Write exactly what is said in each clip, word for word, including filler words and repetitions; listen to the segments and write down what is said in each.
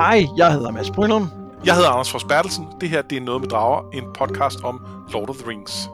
Hej, jeg hedder Mads Brynum. Jeg hedder Anders Fors Bertelsen. Det her det er Noget med Drager, en podcast om Lord of the Rings.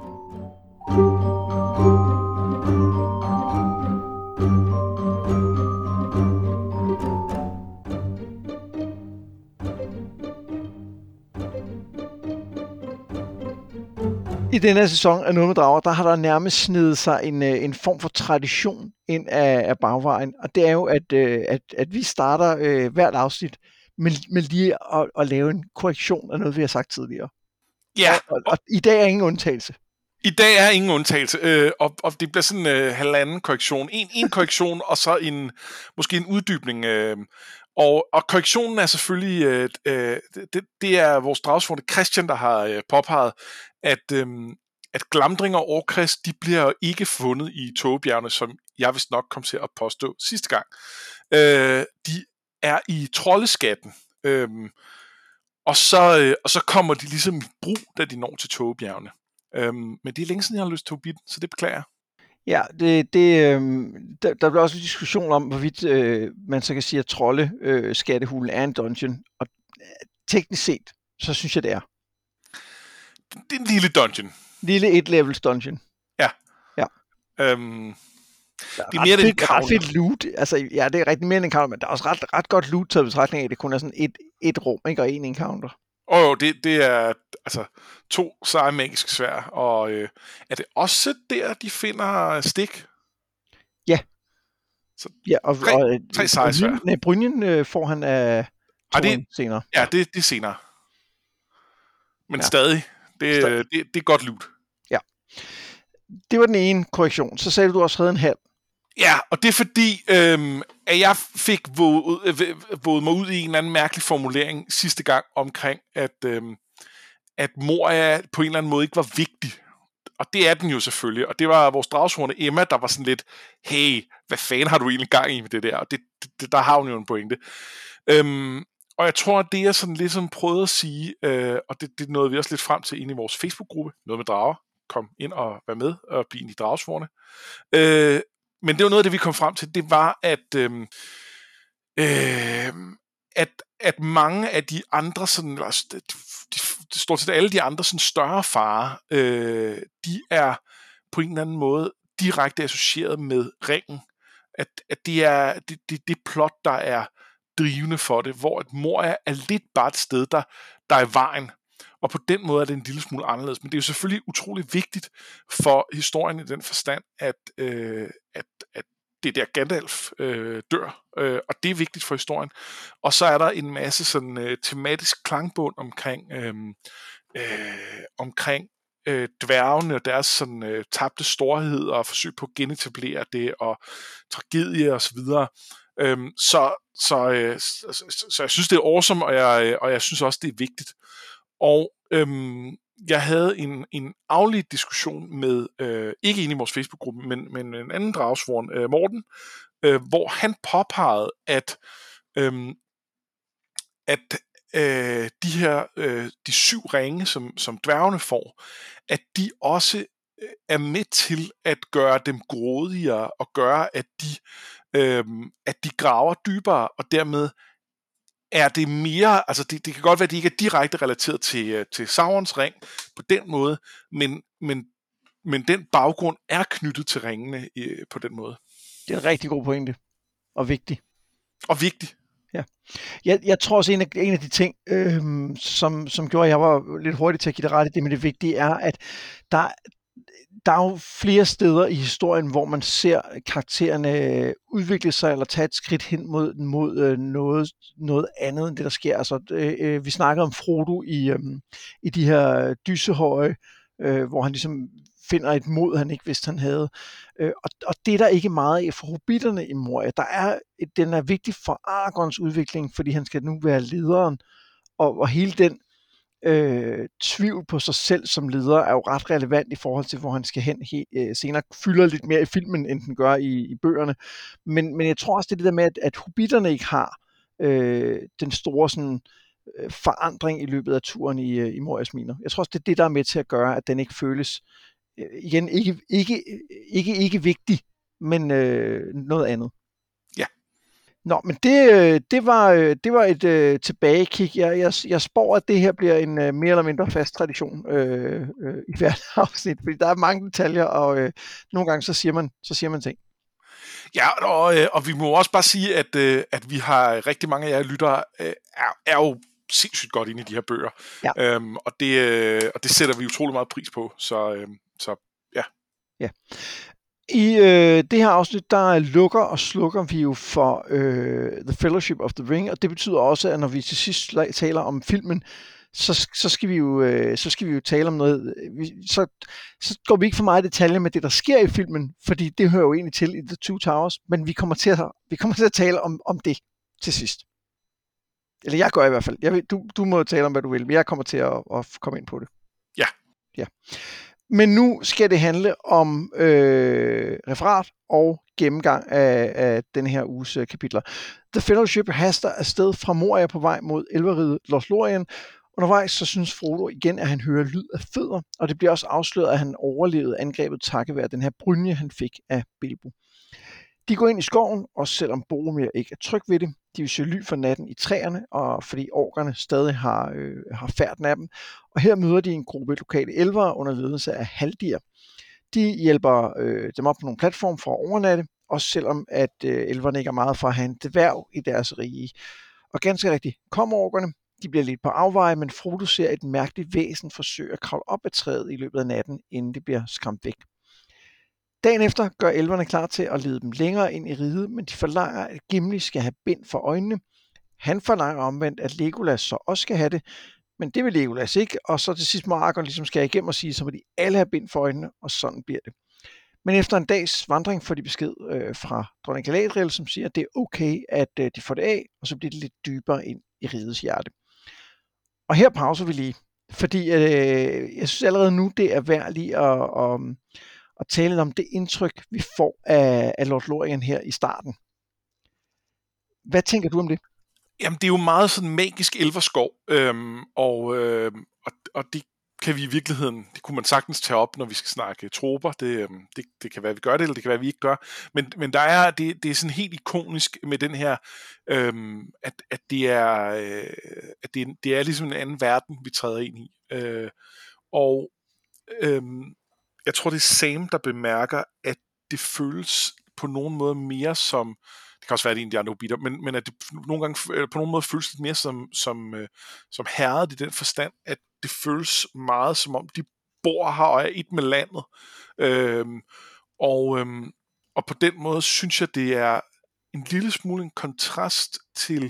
I denne sæson af Noget med Drager, der har der nærmest snedet sig en, en form for tradition ind af, af bagvejen. Og det er jo, at, at, at vi starter øh, hvert afsnit med, med lige at, at lave en korrektion af noget, vi har sagt tidligere. Ja. Og, og, og i dag er ingen undtagelse. I dag er ingen undtagelse, øh, og, og det bliver sådan en øh, halvanden korrektion. En, en korrektion, og så en måske en uddybning. Øh, og, og korrektionen er selvfølgelig, øh, øh, det, det er vores dragsvorne Christian, der har øh, påpeget, at, øh, at Glamdring og Orchrist, de bliver ikke fundet i Tågebjergene, som jeg vist nok kom til at påstå sidste gang. Øh, de er i Troldeskatten, øh, og, så, øh, og så kommer de ligesom i brug, da de når til Tågebjergene. Øhm, men det er længe siden, jeg har lyst til Hobbiten, så det beklager jeg. Ja, det, det, øh, der, der bliver også en diskussion om, hvorvidt øh, man så kan sige, at trolde øh, skattehulen er en dungeon. Og øh, teknisk set, så synes jeg, det er. Det er en lille dungeon. Lille et-levels dungeon. Ja. Ja. Øhm, det er mere fedt, den ret fedt loot. Altså, ja, det er rigtig mere end en encounter, men der er også ret, ret godt loot taget betragtning af, at det kun er sådan et, et rum, ikke? Og en encounter. Åh oh, det, det er altså to seje magiske svær, og øh, er det også der, de finder stik? Ja. Så ja, og, tre, og, tre seje svær. Nej, Brynjen øh, får han af det, senere. Ja, det, det er senere. Men ja. stadig, det, stadig. Det, det er godt loot. Ja. Det var den ene korrektion. Så sagde du, du også havde en halv. Ja, og det er fordi, øhm, at jeg fik våget, øh, våget mig ud i en eller anden mærkelig formulering sidste gang omkring, at, øhm, at Moria på en eller anden måde ikke var vigtig. Og det er den jo selvfølgelig. Og det var vores dragsvorne Emma, der var sådan lidt, hey, hvad fanden har du egentlig gang i med det der? Og det, det, der har hun jo en pointe. Øhm, og jeg tror, at det jeg sådan ligesom prøvede at sige, øh, og det, det nåede vi også lidt frem til inde i vores Facebook-gruppe, Noget med Drager, kom ind og vær med og blive en i dragsvorne. Øh, Men det var noget af det, vi kom frem til, det var, at, øhm, øh, at, at mange af de andre, sådan, altså, de, de, stort set alle de andre sådan, større farer, øh, de er på en eller anden måde direkte associeret med ringen. At, at det er det, det, det plot, der er drivende for det, hvor et Moria er lidt bare et sted, der, der er vejen. Og på den måde er det en lille smule anderledes. Men det er jo selvfølgelig utrolig vigtigt for historien i den forstand, at, øh, at, at det er der Gandalf øh, dør. Øh, og det er vigtigt for historien. Og så er der en masse sådan øh, tematisk klangbund omkring, øh, øh, omkring øh, dværgene og deres sådan, øh, tabte storhed og forsøg på at genetablere det og tragedie og så videre. Øh, så, så, øh, så, så, så jeg synes, det er awesome, og jeg, og jeg synes også, det er vigtigt. Og øhm, jeg havde en, en afledt diskussion med, øh, ikke inde i vores Facebook-gruppe, men, men en anden dragsvorn, øh, Morten, øh, hvor han påpegede, at, øh, at øh, de her øh, de syv ringe, som, som dværgene får, at de også øh, er med til at gøre dem grådigere og gøre, at de, øh, at de graver dybere, og dermed er det mere, altså det, det kan godt være, at de ikke er direkte relateret til, til Saurons ring på den måde, men, men, men den baggrund er knyttet til ringene øh, på den måde. Det er en rigtig god pointe, og vigtig. Og vigtig. Ja. Jeg, jeg tror også, en af, en af de ting, øh, som, som gjorde, at jeg var lidt hurtig til at give det ret i det, men det vigtige er, at der, der er jo flere steder i historien, hvor man ser karaktererne udvikle sig eller tage et skridt hen mod, mod øh, noget, noget andet end det, der sker. Altså, øh, vi snakkede om Frodo i, øh, i de her dysehøje, øh, hvor han ligesom finder et mod, han ikke vidste, han havde. Øh, og, og det er der ikke meget af for hobbiterne i Moria. Der er, den er vigtig for Aragorns udvikling, fordi han skal nu være lederen, og, og hele den Øh, tvivl på sig selv som leder er jo ret relevant i forhold til, hvor han skal hen he, øh, senere. Fylder lidt mere i filmen, end den gør i, i bøgerne. Men, men jeg tror også, det er det der med, at, at hobbiterne ikke har øh, den store sådan, øh, forandring i løbet af turen i, øh, i Morias miner. Jeg tror også, det er det, der er med til at gøre, at den ikke føles øh, igen, ikke, ikke, ikke, ikke vigtig, men øh, noget andet. Ja. Nå, men det, øh, det var, øh, det var et øh, tilbagekig. Jeg, jeg, jeg spår, at det her bliver en øh, mere eller mindre fast tradition øh, øh, i hvert afsnit, fordi der er mange detaljer, og øh, nogle gange så siger man, så siger man ting. Ja, og, øh, og vi må også bare sige, at, øh, at vi har rigtig mange af jer lyttere, øh, er, er jo sindssygt godt inde i de her bøger, Ja. øhm, og, det, øh, og det sætter vi utrolig meget pris på, så, øh, så ja. Ja. I øh, det her afsnit, der lukker og slukker vi jo for øh, The Fellowship of the Ring, og det betyder også, at når vi til sidst taler om filmen, så, så, skal, vi jo, øh, så skal vi jo tale om noget, vi, så, så går vi ikke for meget i detaljer med det, der sker i filmen, fordi det hører jo egentlig til i The Two Towers, men vi kommer til at, vi kommer til at tale om, om det til sidst. Eller jeg gør i hvert fald. Jeg ved, du, du må tale om, hvad du vil, men jeg kommer til at, at komme ind på det. Ja. Ja. Men nu skal det handle om øh, referat og gennemgang af, af den her uges øh, kapitler. The Fellowship haster afsted fra Moria på vej mod elverriget Lothlórien. Undervejs så synes Frodo igen, at han hører lyd af fødder, og det bliver også afsløret, at han overlevede angrebet takket være den her brynje, han fik af Bilbo. De går ind i skoven, også selvom Boromir ikke er tryg ved det. De vil søge ly for natten i træerne, og fordi orkerne stadig har, øh, har færden af dem. Og her møder de en gruppe lokale elvere under ledelse af Haldir. De hjælper øh, dem op på nogle platform for at overnatte, også selvom at øh, elverne ikke er meget for at have en dværg i deres rige. Og ganske rigtigt kommer orkerne. De bliver lidt på afveje, men Frodo ser et mærkeligt væsen forsøge at kravle op ad træet i løbet af natten, inden det bliver skræmt væk. Dagen efter gør elverne klar til at lede dem længere ind i riget, men de forlanger, at Gimli skal have bind for øjnene. Han forlanger omvendt, at Legolas så også skal have det, men det vil Legolas ikke, og så til sidst må Aragorn ligesom skære igennem og sige, så må de alle have bind for øjnene, og sådan bliver det. Men efter en dags vandring får de besked øh, fra dronning Galadriel, som siger, at det er okay, at øh, de får det af, og så bliver det lidt dybere ind i rigets hjerte. Og her pauser vi lige, fordi øh, jeg synes allerede nu, det er værd lige at... at og tale om det indtryk, vi får af, af Lothlórien her i starten. Hvad tænker du om det? Jamen, det er jo meget sådan magisk elverskov, øhm, og, øhm, og, og det kan vi i virkeligheden, det kunne man sagtens tage op, når vi skal snakke troper. Det, øhm, det, det kan være, at vi gør det, eller det kan være, at vi ikke gør. Men, men der er, det, det er sådan helt ikonisk med den her, øhm, at, at, det er, øh, at det, det er ligesom en anden verden, vi træder ind i. Øh, og øhm, jeg tror, det er Sam, der bemærker, at det føles på nogen måde mere som, det kan også være, at det er en af de andre hobitter, men, men at det nogle gange, på nogen måde føles lidt mere som, som, øh, som herret i den forstand, at det føles meget som om, de bor her og er et med landet. Øhm, og, øhm, og på den måde synes jeg, det er en lille smule en kontrast til,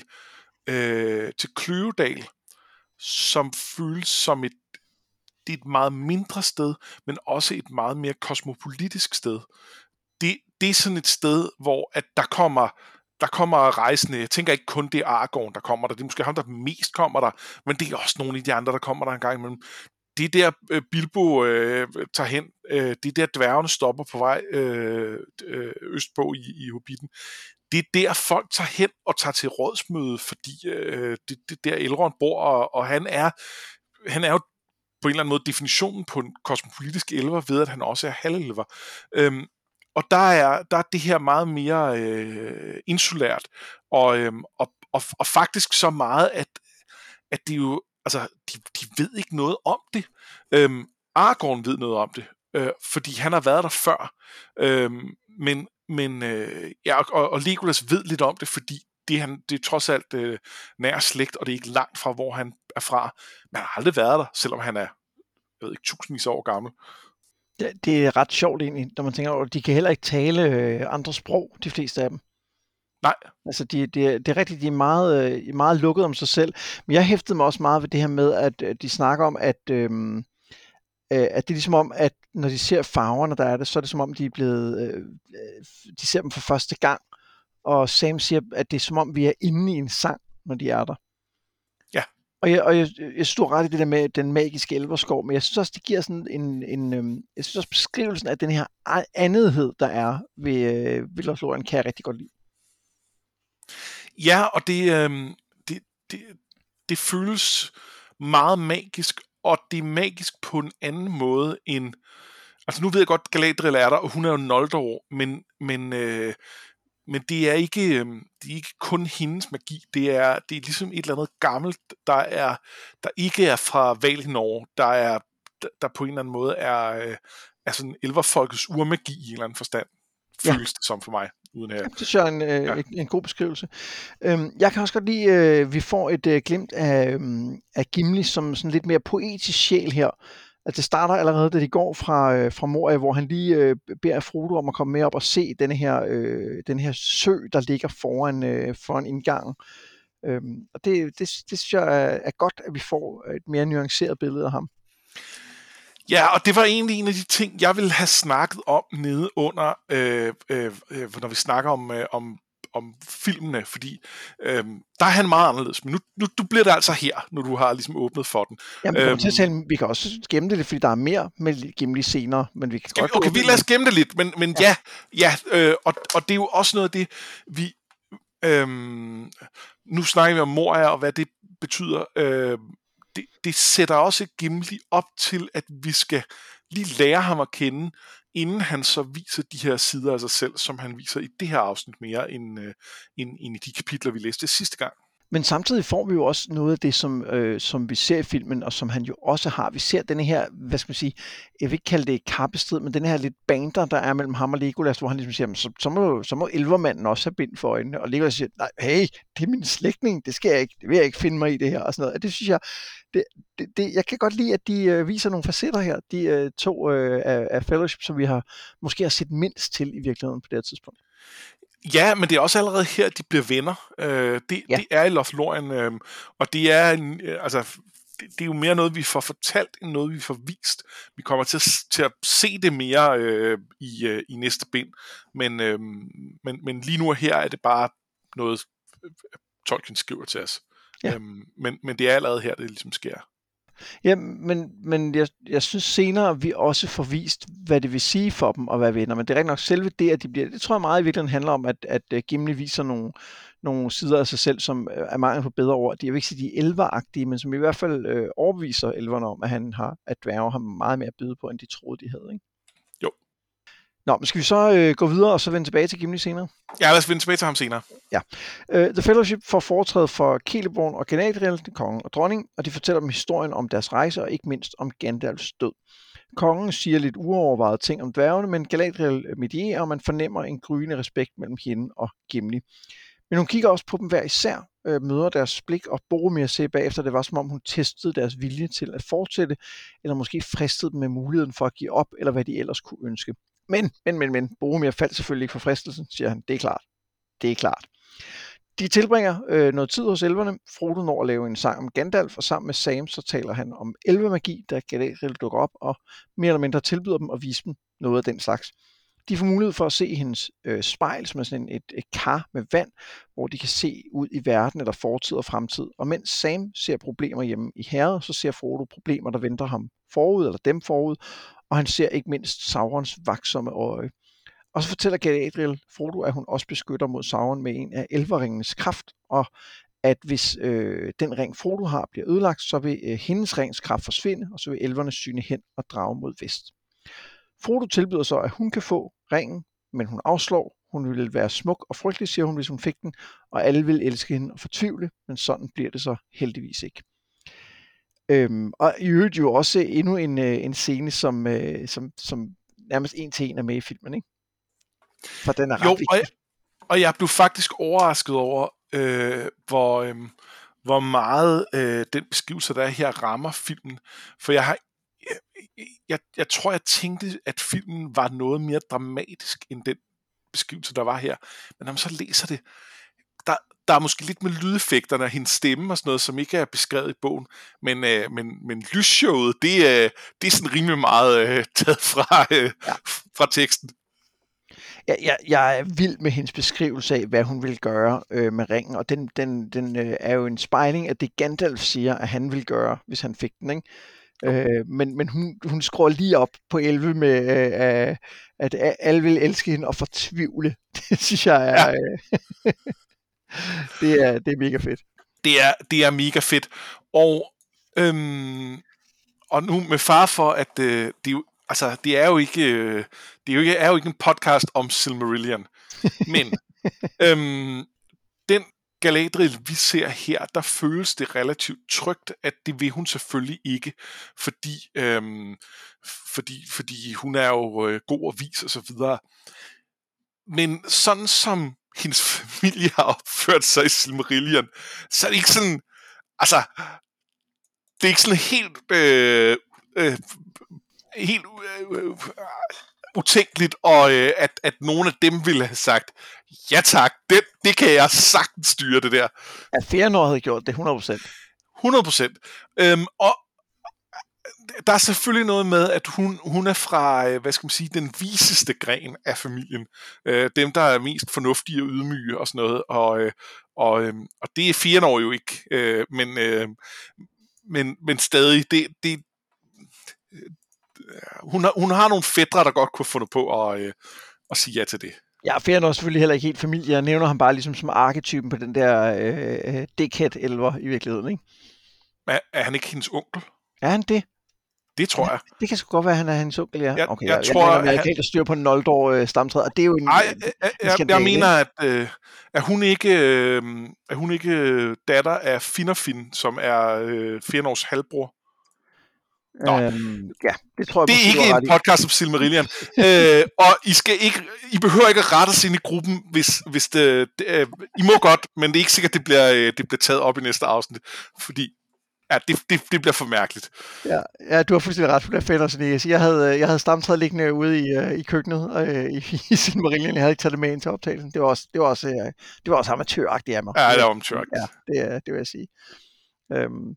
øh, til Kløvedal, som føles som et det er et meget mindre sted, men også et meget mere kosmopolitisk sted. Det, det er sådan et sted, hvor at der kommer der kommer rejsende. Jeg tænker ikke kun det er Aragorn, der kommer der. Det er måske ham, der mest kommer der, men det er også nogle af de andre, der kommer der en gang imellem. Det er der øh, Bilbo øh, tager hen. Øh, det er der dværgene stopper på vej øh, øh, østpå i, i Hobbiten. Det er der folk tager hen og tager til rådsmøde, fordi øh, det, det der Elrond bor, og, og han er han er jo på en eller anden måde definitionen på en kosmopolitisk elver, ved at han også er halvelver. Øhm, og der er, der er det her meget mere øh, insulært, og, øhm, og, og, og faktisk så meget, at, at de jo, altså, de, de ved ikke noget om det. Øhm, Aragorn ved noget om det, øh, fordi han har været der før. Øhm, men men øh, ja, og, og Legolas ved lidt om det, fordi det er, han, det er trods alt øh, nær slægt, og det er ikke langt fra, hvor han er fra. Men han har aldrig været der, selvom han er, jeg ved ikke, tusindvis af år gammel. Ja, det er ret sjovt egentlig, når man tænker over, de kan heller ikke tale øh, andre sprog, de fleste af dem. Nej. Altså, de, de, det er rigtigt, de er meget, øh, meget lukket om sig selv. Men jeg hæftede mig også meget ved det her med, at øh, de snakker om, at, øh, øh, at det er ligesom om, at når de ser farverne, der er det, så er det som om, de er blevet, øh, de ser dem for første gang. Og Sam siger, at det er som om, vi er inde i en sang, når de er der. Ja. Og jeg, og jeg, jeg stod ret i det der med den magiske elverskov, men jeg synes også, det giver sådan en, en øhm, jeg synes også beskrivelsen af den her andethed, der er ved, øh, ved Lothlórien, kan jeg rigtig godt lide. Ja, og det, øh, det, det, det føles meget magisk, og det er magisk på en anden måde end, altså nu ved jeg godt, Galadriel er der, og hun er jo Noldor, men, men øh, men det er ikke, øh, det er ikke kun hendes magi. Det er, det er ligesom et eller andet gammelt, der er, der ikke er fra Valinor, der er, der på en eller anden måde er, øh, er sådan elverfolkets urmagi i en eller anden forstand, Ja. føles det som for mig, uden at... Jamen, det synes jeg er en, øh, Ja. en, en god beskrivelse. Øhm, jeg kan også godt lide, øh, vi får et øh, glimt af, øhm, af Gimli som sådan lidt mere poetisk sjæl her. Altså det starter allerede, da de går fra, øh, fra Moria, hvor han lige øh, beder Frodo om at komme med op og se denne her, øh, den her sø, der ligger foran, øh, foran indgangen. Øhm, og det, det, det synes jeg er, er godt, at vi får et mere nuanceret billede af ham. Ja, og det var egentlig en af de ting, jeg ville have snakket om nede under, øh, øh, når vi snakker om, øh, om, om filmene, fordi øh, der er han meget anderledes, men nu, nu, nu bliver det altså her, når du har ligesom åbnet for den. Jamen, vi, kommer øhm, til at tale, vi kan også gemme det, fordi der er mere med Gimli senere, men vi kan Skal godt... vi, okay, vi lader os gemme det lidt, men, men ja, ja, ja øh, og, og det er jo også noget af det, vi... Øh, nu snakker vi om Moria, og hvad det betyder. Øh, det, det sætter også Gimli op til, at vi skal lige lære ham at kende, inden han så viser de her sider af sig selv, som han viser i det her afsnit mere, end, øh, end, end i de kapitler, vi læste sidste gang. Men samtidig får vi jo også noget af det, som, øh, som vi ser i filmen, og som han jo også har. Vi ser denne her, hvad skal man sige, jeg vil ikke kalde det kappestrid, men den her lidt banter, der er mellem ham og Legolas, hvor han ligesom siger, så, så, må, så må elvermanden også have bind for øjnene. Og Legolas siger, nej, hey, det er min slægtning, det skal jeg ikke, det vil jeg ikke finde mig i det her, og sådan noget. Og det synes jeg, det, det, det, jeg kan godt lide, at de øh, viser nogle facetter her, de øh, to øh, af, af Fellowship, som vi har måske har set mindst til i virkeligheden på det her tidspunkt. Ja, men det er også allerede her, de bliver venner. Øh, det, Ja. det er i Lothlórien, øh, og det er, en, øh, altså, det, det er jo mere noget, vi får fortalt, end noget, vi får vist. Vi kommer til at, til at se det mere øh, i, øh, i næste bind, men, øh, men, men lige nu og her er det bare noget, Tolkien skriver til os. Ja. Øhm, men, men det er allerede her, det ligesom sker. Ja, men, men jeg, jeg synes senere, at vi også får vist, hvad det vil sige for dem at være venner. Men det er rigtig nok selve det, at de bliver... Det tror jeg meget i virkeligheden handler om, at, at Gimli viser nogle, nogle sider af sig selv, som er mangel på bedre ord. De, jeg vil ikke sige, de er elveragtige, men som i hvert fald øh, overbeviser elverne om, at han har, at dværge har meget mere at byde på, end de troede, de havde, ikke? Jo. Nå, men skal vi så øh, gå videre og så vende tilbage til Gimli senere? Ja, lad os vende tilbage til ham senere. Ja. Uh, The Fellowship får foretræde for Celeborn og Galadriel, kongen og dronning, og de fortæller dem historien om deres rejse og ikke mindst om Gandalfs død. Kongen siger lidt uovervejede ting om dværgene, men Galadriel medierer, og man fornemmer en gryende respekt mellem hende og Gimli. Men hun kigger også på dem hver især, øh, møder deres blik, og Boromir ser bagefter, det var som om hun testede deres vilje til at fortsætte, eller måske fristede dem med muligheden for at give op, eller hvad de ellers kunne ønske. Men, men, men, men, Boromir faldt selvfølgelig ikke for fristelsen, siger han. Det er klart. Det er klart. De tilbringer øh, noget tid hos elverne. Frodo når at lave en sang om Gandalf, og sammen med Sam så taler han om elvemagi, da Galadriel dukker op, og mere eller mindre tilbyder dem at vise dem noget af den slags. De får mulighed for at se hendes øh, spejl, som er sådan et, et kar med vand, hvor de kan se ud i verden eller fortid og fremtid. Og mens Sam ser problemer hjemme i Herred, så ser Frodo problemer, der venter ham forud, eller dem forud, og han ser ikke mindst Saurons vagtsomme øje. Og så fortæller Galadriel Frodo, at hun også beskytter mod Sauron med en af elverringens kraft, og at hvis øh, den ring Frodo har bliver ødelagt, så vil øh, hendes rings kraft forsvinde, og så vil elverne syne hen og drage mod vest. Frodo tilbyder så, at hun kan få ringen, men hun afslår. Hun ville være smuk og frygtelig, siger hun, hvis hun fik den, og alle vil elske hende og fortvivle, men sådan bliver det så heldigvis ikke. Øhm, og i øvrigt jo også endnu en, øh, en scene, som, øh, som, som nærmest en til en er med i filmen, ikke? For den er ret jo, vigtig. og jeg, og jeg blev faktisk overrasket over, øh, hvor, øh, hvor meget øh, den beskrivelse, der er her, rammer filmen. For jeg har jeg, jeg, jeg tror, jeg tænkte, at filmen var noget mere dramatisk, end den beskrivelse, der var her. Men når man så læser det, der, der er måske lidt med lydeffekterne og hendes stemme og sådan noget, som ikke er beskrevet i bogen. Men, øh, men, men lysshowet, det, øh, det er sådan rimelig meget øh, taget fra, øh, ja. fra teksten. Jeg, jeg, jeg er vild med hendes beskrivelse af, hvad hun vil gøre øh, med ringen, og den, den, den øh, er jo en spejling af det, Gandalf siger, at han vil gøre, hvis han fik den, ikke? Øh, men men hun, hun skruer lige op på elleve med, øh, at alle vil elske hende og fortvivle. Det synes jeg er, ja. øh, det er, det er mega fedt. Det er, det er mega fedt. Og, øhm, og nu med far for, at øh, det, jo, altså, det er jo ikke, øh, det er jo ikke, er jo ikke en podcast om Silmarillion. Men øhm, den Galadriel, vi ser her, der føles det relativt trygt, at det vil hun selvfølgelig ikke, fordi, øhm, fordi, fordi hun er jo øh, god og vis og så videre. Men sådan som hendes familie har opført sig i Silmarillion, så er det ikke sådan, altså, det er ikke sådan helt, øh, øh, helt øh, øh, utænkeligt, og øh, at, at nogle af dem ville have sagt, ja tak, det, det kan jeg sagtens styre det der. Ja, Fëanor havde gjort det, hundrede procent. hundrede procent. Øhm, og der er selvfølgelig noget med, at hun, hun er fra, hvad skal man sige, den viseste gren af familien. Øh, dem, der er mest fornuftige og ydmyge og sådan noget. Og, øh, og, øh, og det er Fëanor jo ikke. Øh, men, øh, men, men stadig, det, det, øh, hun, har, hun har nogle fætre, der godt kunne finde på at, øh, at sige ja til det. Ja, Fëanor er selvfølgelig heller ikke helt familie. Jeg nævner ham bare ligesom som arketypen på den der øh, dickhead-elver i virkeligheden, ikke? Er, er han ikke hendes onkel? Er han det? Det tror jeg. Det kan sgu godt være, at han er hans onkel, ja. Jeg, okay, jeg, jeg, tror, jeg, jeg, jeg han... kan ikke styre på Noldor øh, stamtræd, og det er jo en, Ej, en, jeg, en jeg, skandale, jeg mener, at øh, er hun ikke øh, er hun ikke datter af Finarfin, som er øh, Fëanors halvbror? Øhm, ja, det tror jeg. Det er ikke en podcast om Silmarillion. øh, og I skal ikke, I behøver ikke at rette os ind i gruppen, hvis, hvis det, det øh, I må godt, men det er ikke sikkert, det bliver, øh, det bliver taget op i næste afsnit, fordi ja, det, det, det bliver for mærkeligt. Ja, ja, du har fuldstændig ret, for det jeg havde, jeg havde stamtræet liggende ude i, uh, i køkkenet uh, i, i Silmarillion. Jeg havde ikke taget det med ind til optagelsen. Det var også, det var også, uh, det var også amatøragtigt af mig. Ja, det var amatøragtigt. Ja, det, det vil jeg sige. Øhm,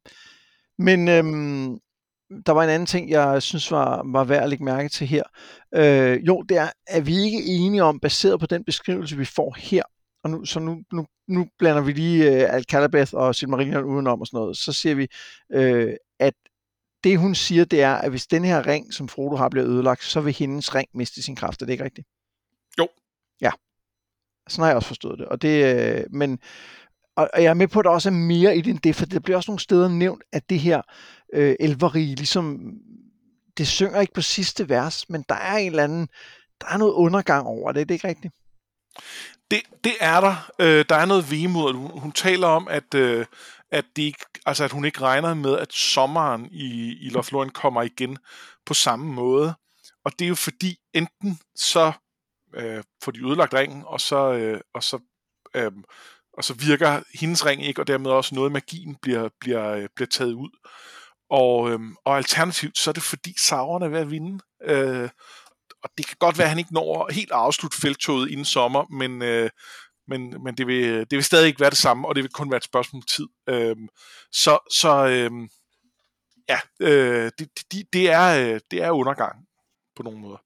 men øhm, der var en anden ting, jeg synes var, var værd at lægge mærke til her. Øh, jo, det er, at vi ikke enige om, baseret på den beskrivelse, vi får her, og nu, så nu, nu, nu blander vi lige uh, Al-Calabeth og Silmarillion udenom og sådan noget, så siger vi, øh, at det hun siger, det er, at hvis den her ring, som Frodo har, bliver ødelagt, så vil hendes ring miste sin kraft. Er det ikke rigtigt? Jo. Ja. Sådan har jeg også forstået det. Og det øh, men, og, og jeg er med på, at der også er mere i det end det, for det bliver også nogle steder nævnt, at det her øh, elverige, ligesom, det synger ikke på sidste vers, men der er en eller anden, der er noget undergang over det. Er det ikke rigtigt? Det, det er der. Øh, der er noget vemod. Hun, hun taler om, at, øh, at, de ikke, altså, at hun ikke regner med, at sommeren i, i Lothlórien kommer igen på samme måde. Og det er jo fordi, enten så øh, får de ødelagt ringen, og så, øh, og, så, øh, og så virker hendes ring ikke, og dermed også noget af magien bliver, bliver, øh, bliver taget ud. Og, øh, og alternativt, så er det fordi Sauron er ved at vinde. Øh, og det kan godt være, at han ikke når helt at afslutte felttoget inden sommer, men, øh, men, men det, vil, det vil stadig ikke være det samme, og det vil kun være et spørgsmål om tid. Øhm, så så øhm, ja, øh, det, det, det, er, det er undergang på nogle måder.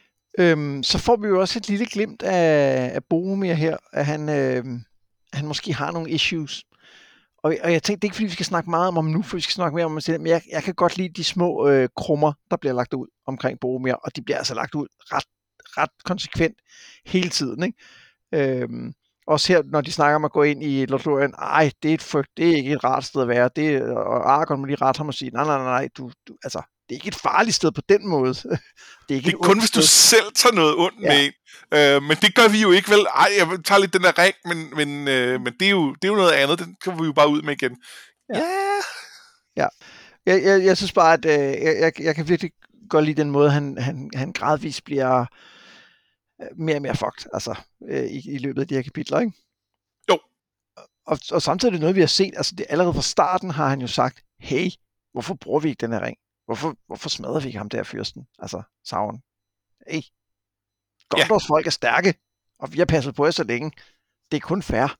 Øhm, så får vi jo også et lille glimt af, af Boromir her, at han, øh, han måske har nogle issues. Og, og jeg tænkte, det er ikke fordi, vi skal snakke meget om ham nu, for vi skal snakke mere om det, men jeg, jeg kan godt lide de små øh, krummer, der bliver lagt ud omkring Boromir, og de bliver altså lagt ud ret, ret konsekvent hele tiden, ikke? Øhm, også her, når de snakker om at gå ind i Lothlórien, ej, det er, et frygt, det er ikke et rart sted at være, det, og Aragorn må lige rette ham og sige, nej, nej, nej, nej, du, du, altså, det er ikke et farligt sted på den måde. det er, ikke det er kun, hvis du selv tager noget ondt ja. med en. Øh, men det gør vi jo ikke, vel? Ej, jeg tager lidt den der ring, men, men, øh, men det, er jo, det er jo noget andet. Den kan vi jo bare ud med igen. Ja. Yeah. Ja. Jeg, jeg, jeg synes bare, at øh, jeg, jeg kan virkelig godt lide den måde, han, han, han gradvist bliver mere og mere fucked, altså, øh, i, i løbet af de her kapitler, ikke? Jo. Og, og samtidig er det noget, vi har set, altså det, allerede fra starten har han jo sagt, hey, hvorfor bruger vi ikke den her ring? Hvorfor, hvorfor smadrer vi ikke ham der fyrsten? Altså, Sauron. Hey, Gondors ja. folk er stærke, og vi har passet på jer så længe. Det er kun fair.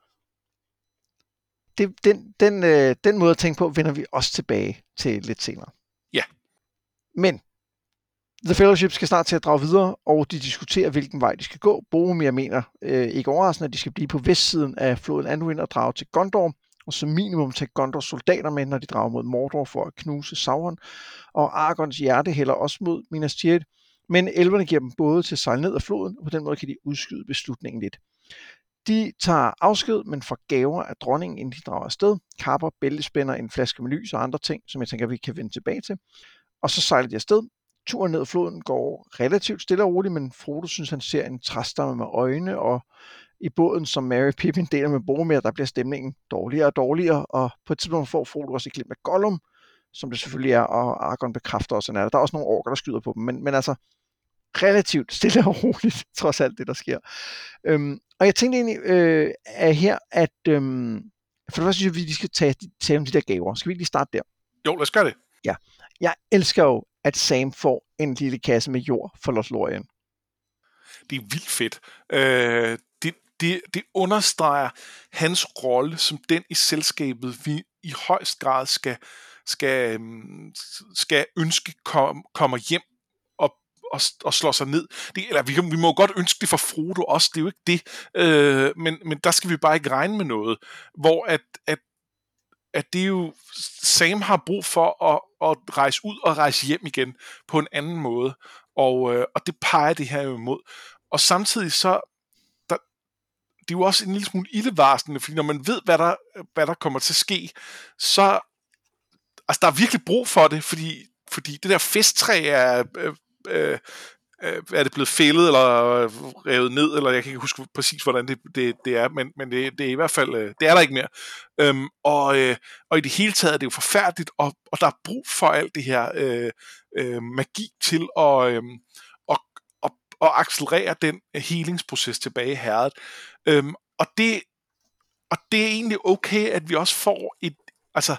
Det, den, den, øh, den måde at tænke på, vender vi også tilbage til lidt senere. Ja. Men The Fellowship skal snart til at drage videre, og de diskuterer, hvilken vej de skal gå. Boromir mener øh, ikke overraskende, at de skal blive på vestsiden af floden Anduin og drage til Gondor, og som minimum tage Gondors soldater med, når de drager mod Mordor for at knuse Sauron. Og Aragorns hjerte hælder også mod Minas Tirith, men elverne giver dem både til at sejle ned af floden, og på den måde kan de udskyde beslutningen lidt. De tager afsked, men får gaver af dronningen, inden de drager afsted. Kapper, bæltespænder, en flaske med lys og andre ting, som jeg tænker, vi kan vende tilbage til. Og så sejler de afsted. Turen ned ad floden går relativt stille og roligt, men Frodo synes, han ser en træstamme med øjne, og i båden, som Merry Pippin deler med Boromir, der bliver stemningen dårligere og dårligere, og på et tidspunkt får Frodo også et glimt af Gollum, som det selvfølgelig er, og Aragorn bekræfter også, at der er også nogle orker, der skyder på dem, men, men altså relativt stille og roligt, trods alt det, der sker. Øhm, og jeg tænkte egentlig øh, at her, at øhm, for det første synes jeg, at vi skal tage, tage om de der gaver. Skal vi ikke lige starte der? Jo, lad os gøre det. Ja. Jeg elsker jo, at Sam får en lille kasse med jord for Lothlorien. Det er vildt fedt. Øh, det, det, det understreger hans rolle som den i selskabet, vi i højst grad skal, skal, skal ønske kom, kommer hjem og, og, og slår sig ned. Det, eller vi, vi må godt ønske det for Frodo også, det er jo ikke det. Øh, men, men der skal vi bare ikke regne med noget. Hvor at, at at det jo, Sam har brug for at, at rejse ud og rejse hjem igen på en anden måde, og, øh, og det peger det her jo imod. Og samtidig så, der, det er jo også en lille smule ildevarslende, fordi når man ved, hvad der, hvad der kommer til at ske, så, altså der er virkelig brug for det, fordi, fordi det der festtræ er, øh, øh, er det blevet fældet eller revet ned, eller jeg kan ikke huske præcis, hvordan det, det, det er, men, men det, det er i hvert fald, det er der ikke mere. Øhm, og, øh, og i det hele taget er det jo forfærdeligt, og, og der er brug for alt det her øh, øh, magi til at, øh, at, at, at accelerere den helingsproces tilbage i herredet. Øhm, og, det, og det er egentlig okay, at vi også får et, altså,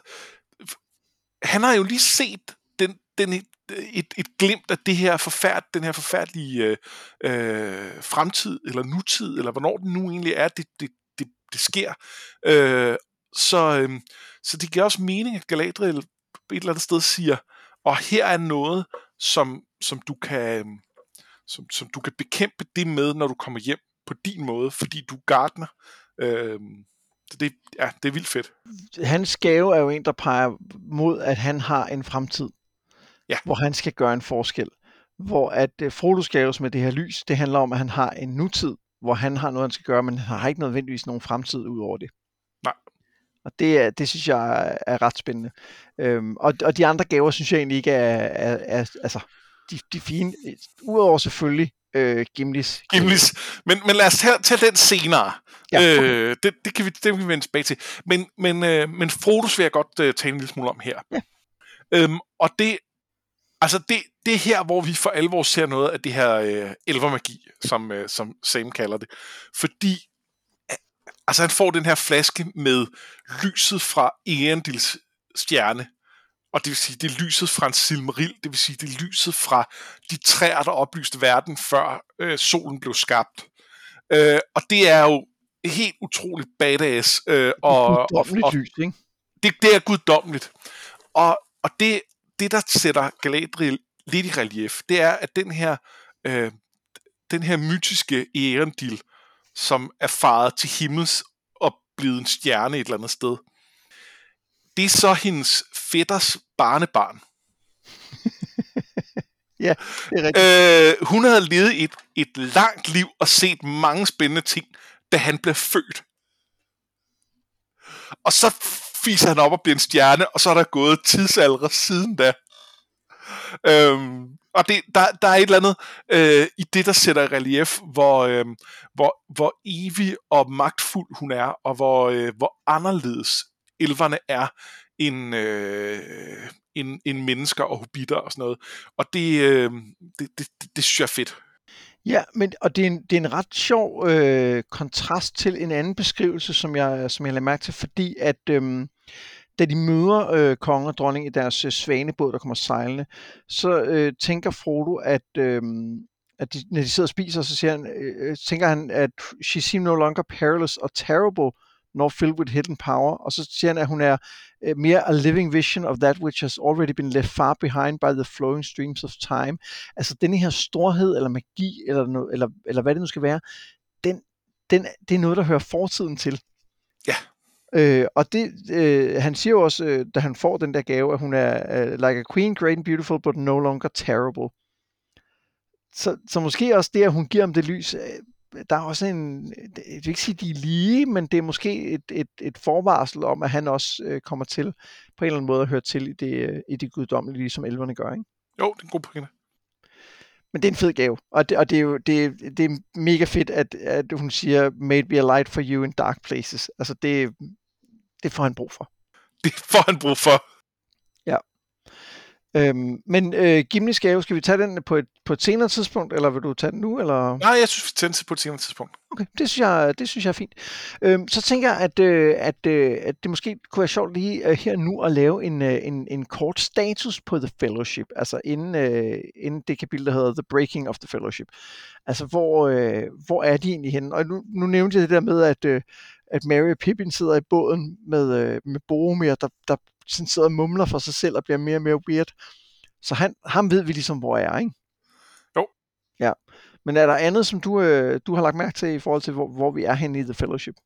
han har jo lige set den, den Et, et glimt af det her forfærd, den her forfærdelige øh, øh, fremtid, eller nutid, eller hvornår det nu egentlig er, det, det, det, det sker. Øh, så, øh, så det giver også mening, at Galadriel et eller andet sted siger, og her er noget, som, som, du kan, som, som du kan bekæmpe det med, når du kommer hjem på din måde, fordi du er gartner. Øh, så det, ja, det er vildt fedt. Hans gave er jo en, der peger mod, at han har en fremtid. Ja. Hvor han skal gøre en forskel. Hvor at uh, Frodos gave med det her lys, det handler om, at han har en nutid, hvor han har noget, han skal gøre, men han har ikke nødvendigvis nogen fremtid ud over det. Nej. Og det, det synes jeg er, er ret spændende. Øhm, og, og de andre gaver, synes jeg egentlig ikke er, er, er altså, de, de fine, udover selvfølgelig øh, Gimlis. Gimlis. Men, men lad os tage, tage den senere. Ja, okay. øh, det, det, kan vi, det kan vi vende tilbage til. Men, men, øh, men Frodos vil jeg godt øh, tale en lille smule om her. Ja. Øhm, og det Altså det, det er her, hvor vi for alvor ser noget af det her øh, elvermagi, som, øh, som Sam kalder det. Fordi øh, altså han får den her flaske med lyset fra Eärendils stjerne. Og det vil sige, det er lyset fra en Silmaril. Det vil sige, det er lyset fra de træer, der oplyste verden, før øh, solen blev skabt. Øh, og det er jo helt utroligt badass. Øh, og, og, og, lys, ikke? Det, det er guddommeligt. Og, og det Det, der sætter Galadriel lidt i relief, det er, at den her, øh, den her mytiske Eärendil, som er faret til himmels og blevet en stjerne et eller andet sted, det er så hendes fætters barnebarn. Ja, det er rigtigt. Øh, hun havde levet et, et langt liv og set mange spændende ting, da han blev født. Og så fiser han op og bliver en stjerne, og så er der gået tidsalder siden da. Øhm, og det, der, der er et eller andet øh, i det, der sætter relief, hvor, øh, hvor, hvor evig og magtfuld hun er, og hvor, øh, hvor anderledes elverne er end, øh, end, end mennesker og hobbiter og sådan noget. Og det, øh, det, det, det, det synes jeg er fedt. Ja, men, og det er en, det er en ret sjov øh, kontrast til en anden beskrivelse, som jeg, som jeg lader mærke til, fordi at øh, da de møder øh, konge og dronning i deres øh, svanebåd, der kommer sejlende, så øh, tænker Frodo, at, øh, at de, når de sidder og spiser, så siger han, øh, tænker han, at she seemed no longer perilous or terrible, nor filled with hidden power, og så siger han, at hun er uh, mere a living vision of that which has already been left far behind by the flowing streams of time. Altså denne her storhed, eller magi, eller, no, eller, eller hvad det nu skal være, den, den, det er noget, der hører fortiden til. Ja. Øh, og det, øh, han siger jo også, øh, da han får den der gave, at hun er uh, like a queen, great and beautiful, but no longer terrible. Så, så måske også det, at hun giver ham det lys, der er også en, jeg vil ikke sige, de er lige, men det er måske et, et, et forvarsel om, at han også øh, kommer til på en eller anden måde at høre til i det, i det guddommelige, som elverne gør, ikke? Jo, det er en god pointe. Men det er en fed gave, og det, og det er jo det, det er mega fedt, at, at hun siger, made be a light for you in dark places. Altså det, det får han brug for. Det får han brug for. Ja. Øhm, men øh, Gimlis gave, skal vi tage den på et, på et senere tidspunkt, eller vil du tage den nu? Eller? Nej, jeg synes, vi tager den på et senere tidspunkt. Okay, det synes jeg, det synes jeg er fint. Øhm, så tænker jeg, at, øh, at, øh, at det måske kunne være sjovt lige øh, her nu at lave en, øh, en, en kort status på The Fellowship, altså inden, øh, inden det kapitel, der hedder The Breaking of the Fellowship. Altså, hvor, øh, hvor er de egentlig henne? Og nu, nu nævnte jeg det der med, at, øh, at Merry og Pippin sidder i båden med, øh, med Boromir, der, der sådan sidder og mumler for sig selv og bliver mere og mere weird. Så han, ham ved vi ligesom, hvor jeg er, ikke? Jo. Ja. Men er der andet, som du, øh, du har lagt mærke til i forhold til, hvor, hvor vi er henne i The Fellowship?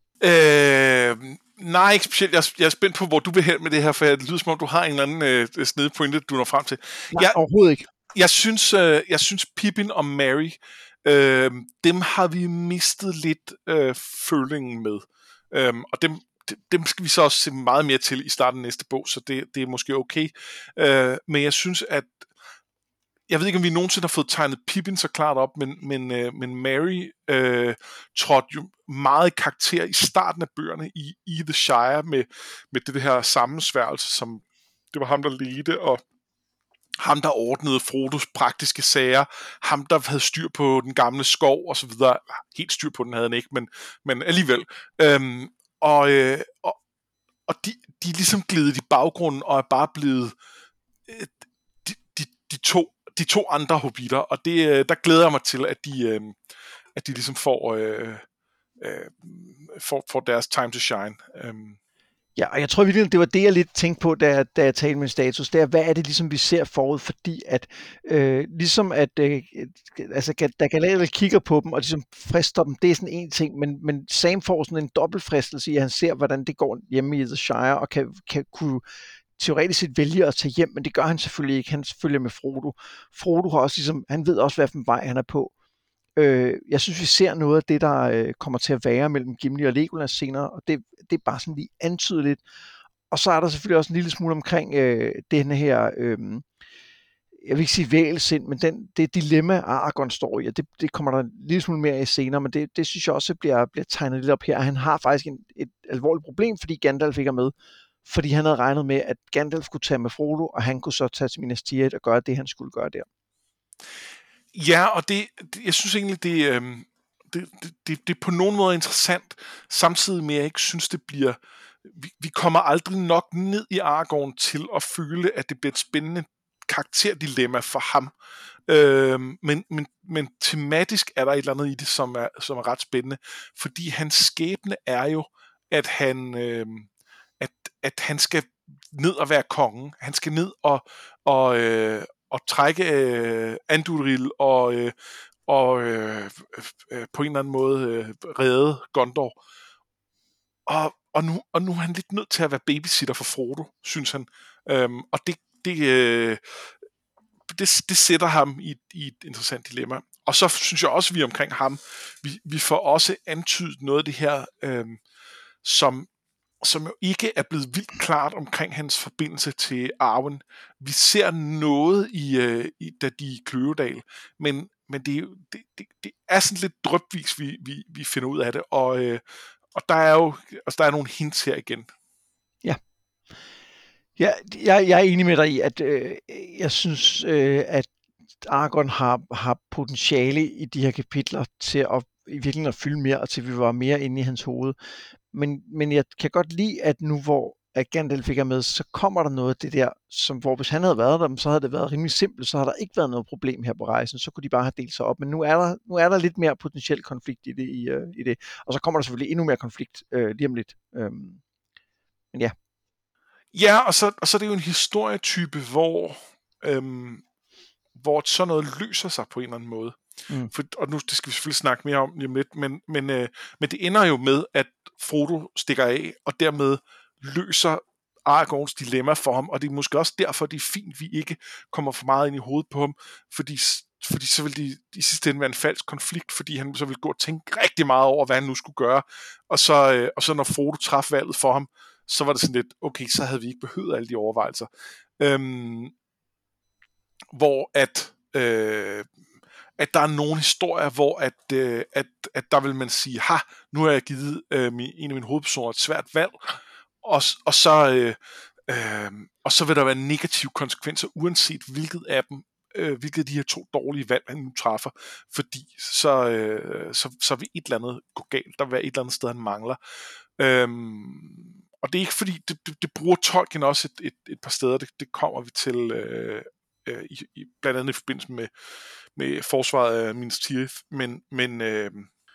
Øh, nej, ikke specielt. Jeg, jeg er spændt på, hvor du vil hen med det her, for det lyder som om, du har en eller anden øh, snede pointe, du når frem til. Nej, jeg, overhovedet ikke. Jeg synes, øh, jeg synes Pippin og Merry, øh, dem har vi mistet lidt øh, følingen med. Øh, og dem, dem skal vi så også se meget mere til i starten af næste bog, så det, det er måske okay. Øh, men jeg synes, at jeg ved ikke, om vi nogensinde har fået tegnet Pippin så klart op, men, men, øh, men Merry øh, trådte jo meget i karakter i starten af bøgerne i, i The Shire med, med det her sammensværgelse, som det var ham, der ledte, og ham, der ordnede Frodos praktiske sager, ham, der havde styr på den gamle skov, og så videre. Helt styr på den havde han ikke, men, men alligevel. Øhm, og øh, og, og de, de er ligesom glidet i baggrunden, og er bare blevet øh, de, de, de, to, de to andre hobbiter, og det, øh, der glæder jeg mig til, at de, øh, at de ligesom får, øh, øh, får, får deres time to shine. Øhm. Ja, og jeg tror virkelig, det var det, jeg lidt tænkte på, da, da jeg talte med status, det er, hvad er det ligesom, vi ser forud, fordi at, øh, ligesom at, øh, altså, da Galadriel kigger på dem, og ligesom frister dem, det er sådan en ting, men, men Sam får sådan en dobbeltfristelse i, at han ser, hvordan det går hjemme i The Shire, og kan, kan kunne teoretisk set vælge at tage hjem, men det gør han selvfølgelig ikke, han følger med Frodo. Frodo har også ligesom, han ved også, hvad for en vej han er på. Øh, jeg synes, vi ser noget af det, der øh, kommer til at være mellem Gimli og Legolas senere, og det, det er bare sådan lige antydeligt. Og så er der selvfølgelig også en lille smule omkring øh, den her, øh, jeg vil ikke sige vægelsind, men den, det dilemma, Aragorn står i, og det, det kommer der en lille smule mere i senere, men det, det synes jeg også bliver, bliver tegnet lidt op her. Han har faktisk en, et alvorligt problem, fordi Gandalf ikke er med, fordi han havde regnet med, at Gandalf kunne tage med Frodo, og han kunne så tage til Minas Tirith og gøre det, han skulle gøre der. Ja, og det, det jeg synes egentlig, det, øh, det, det, det er på nogen måde interessant, samtidig med, at jeg ikke synes, det bliver... Vi, vi kommer aldrig nok ned i Aragorn til at føle, at det bliver et spændende karakterdilemma for ham. Øh, men, men, men tematisk er der et eller andet i det, som er, som er ret spændende, fordi hans skæbne er jo, at han, øh, at, at han skal ned og være kongen. Han skal ned og... og øh, og trække øh, Anduril og, øh, og øh, øh, på en eller anden måde øh, redde Gondor. Og, og, nu, og nu er han lidt nødt til at være babysitter for Frodo, synes han. Øhm, og det, det, øh, det, det sætter ham i, i et interessant dilemma. Og så synes jeg også, at vi omkring ham, vi, vi får også antydet noget af det her, øh, som som jo ikke er blevet vildt klart omkring hans forbindelse til Arwen. Vi ser noget i, øh, i da de er i Kløvedal, men, men det, det, det, det er sådan lidt drypvis, vi, vi, vi finder ud af det, og, øh, og der er jo altså, der er nogle hints her igen. Ja. Ja, jeg, jeg er enig med dig i, at øh, jeg synes, øh, at Aragorn har, har potentiale i de her kapitler til at i virkeligheden at fylde mere, og til at vi var mere inde i hans hoved. Men, men jeg kan godt lide, at nu hvor at Gandalf ikke er med, så kommer der noget af det der, som hvor hvis han havde været der, så havde det været rimelig simpelt, så har der ikke været noget problem her på rejsen, så kunne de bare have delt sig op. Men nu er der, nu er der lidt mere potentiel konflikt i det, i, uh, i det. Og så kommer der selvfølgelig endnu mere konflikt uh, lige om lidt. Um, men ja. Ja, og så, og så er det jo en historietype, hvor, øhm, hvor sådan noget løser sig på en eller anden måde. Mm. For, og nu det skal vi selvfølgelig snakke mere om lige om lidt, men, men, øh, men det ender jo med, at Frodo stikker af, og dermed løser Aragorns dilemma for ham, og det er måske også derfor, det er fint, at vi ikke kommer for meget ind i hovedet på ham, fordi, fordi så vil det i sidste ende være en falsk konflikt, fordi han så vil gå og tænke rigtig meget over, hvad han nu skulle gøre, og så, øh, og så når Frodo traf valget for ham, så var det sådan lidt, okay, så havde vi ikke behøvet alle de overvejelser. Øhm, hvor at øh, at der er nogle historier, hvor at, øh, at, at der vil man sige, ha, nu har jeg givet øh, min, en af mine hovedpersoner et svært valg, og, og, så, øh, øh, og så vil der være negative konsekvenser, uanset hvilket af dem, øh, hvilket af de her to dårlige valg, han nu træffer, fordi så, øh, så, så vil et eller andet gå galt, der vil være et eller andet sted, han mangler. Øhm, og det er ikke fordi, det, det, det bruger Tolkien også et, et, et par steder, det, det kommer vi til øh, øh, i, i, blandt andet i forbindelse med, med forsvaret af Minas Tirith, men, men, øh,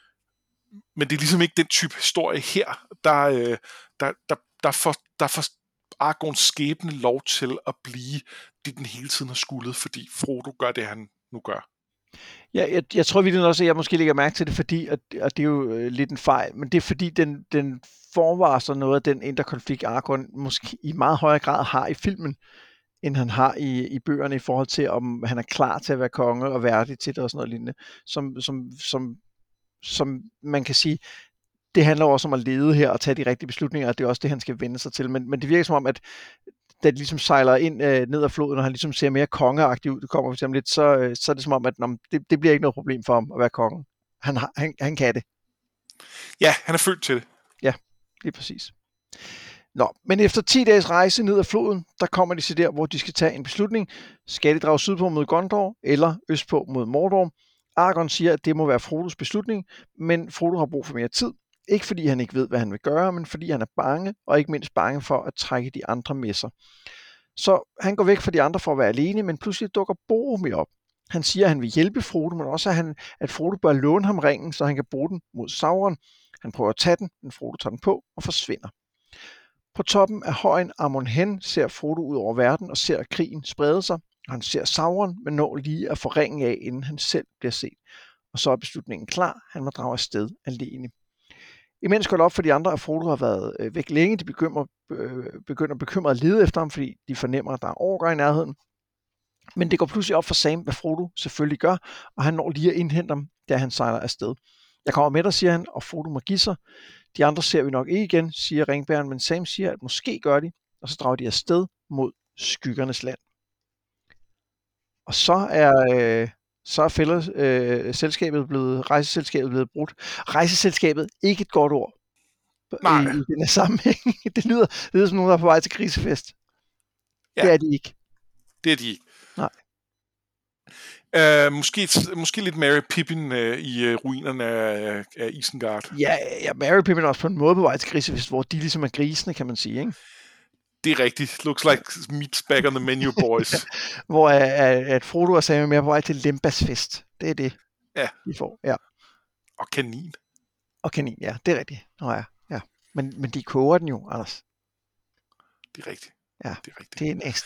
men det er ligesom ikke den type historie her, der, øh, der, der, der, får, der får Aragorns skæbne lov til at blive det, den hele tiden har skuldet, fordi Frodo gør det, han nu gør. Ja, jeg, jeg tror virkelig også, at jeg måske lægger mærke til det, fordi, og, og det er jo øh, lidt en fejl, men det er fordi, den, den forvarsler noget af den indre konflikt, Aragorn måske i meget højere grad har i filmen, end han har i, i bøgerne, i forhold til, om han er klar til at være konge og værdig til det og sådan noget lignende, som, som, som, som man kan sige, det handler også om at lede her og tage de rigtige beslutninger, og det er også det, han skal vende sig til. Men, men det virker som om, at da det ligesom sejler ind øh, ned ad floden, og han ligesom ser mere kongeagtig ud, det kommer for eksempel lidt, så, øh, så er det som om, at nå, det, det bliver ikke noget problem for ham at være konge. Han, har, han, han kan det. Ja, han er født til det. Ja, lige præcis. Nå, men efter ti dages rejse ned ad floden, der kommer de til der, hvor de skal tage en beslutning. Skal de drage sydpå mod Gondor, eller østpå mod Mordor? Aragorn siger, at det må være Frodos beslutning, men Frodo har brug for mere tid. Ikke fordi han ikke ved, hvad han vil gøre, men fordi han er bange, og ikke mindst bange for at trække de andre med sig. Så han går væk fra de andre for at være alene, men pludselig dukker Boromir op. Han siger, at han vil hjælpe Frodo, men også, at, han, at Frodo bør låne ham ringen, så han kan bruge den mod Sauron. Han prøver at tage den, men Frodo tager den på og forsvinder. På toppen af højen Amon-Hen ser Frodo ud over verden og ser krigen sprede sig. Han ser Sauron, men når lige at få ringen af, inden han selv bliver set. Og så er beslutningen klar. Han må drage afsted alene. Imens går det op for de andre, at Frodo har været øh, væk længe. De begynder, øh, begynder bekymret at lede efter ham, fordi de fornemmer, at der er orker i nærheden. Men det går pludselig op for Sam, hvad Frodo selvfølgelig gør, og han når lige at indhente ham, da han sejler afsted. Jeg kommer med dig, siger han, og Frodo må give sig. De andre ser vi nok ikke igen, siger ringbæren, men Sam siger, at måske gør de, og så drager de afsted mod skyggernes land. Og så er... Øh, så er fælles, øh, selskabet blevet, rejseselskabet blevet brudt. Rejseselskabet, ikke et godt ord Nej. i, i den her sammenhæng. Det lyder, det lyder som nogen, der er på vej til krisefest. Ja. Det er de ikke. Det er de ikke. Nej. Uh, måske, måske lidt Merry Pippin uh, i uh, ruinerne af, af Isengard. Ja, ja, Merry Pippin er også på en måde på vej til krisefest, hvor de ligesom er grisene, kan man sige, ikke? Det er rigtigt. Looks like meat's back on the menu, boys. Ja, hvor at, at Frodo og Sam er mere på vej til Lembas fest. Det er det, ja. de får. Ja. Og kanin. Og kanin, ja. Det er rigtigt. Nå ja, ja. Men, men de koger den jo, Anders. Det er rigtigt. Ja, det er, rigtigt. Det er nasty.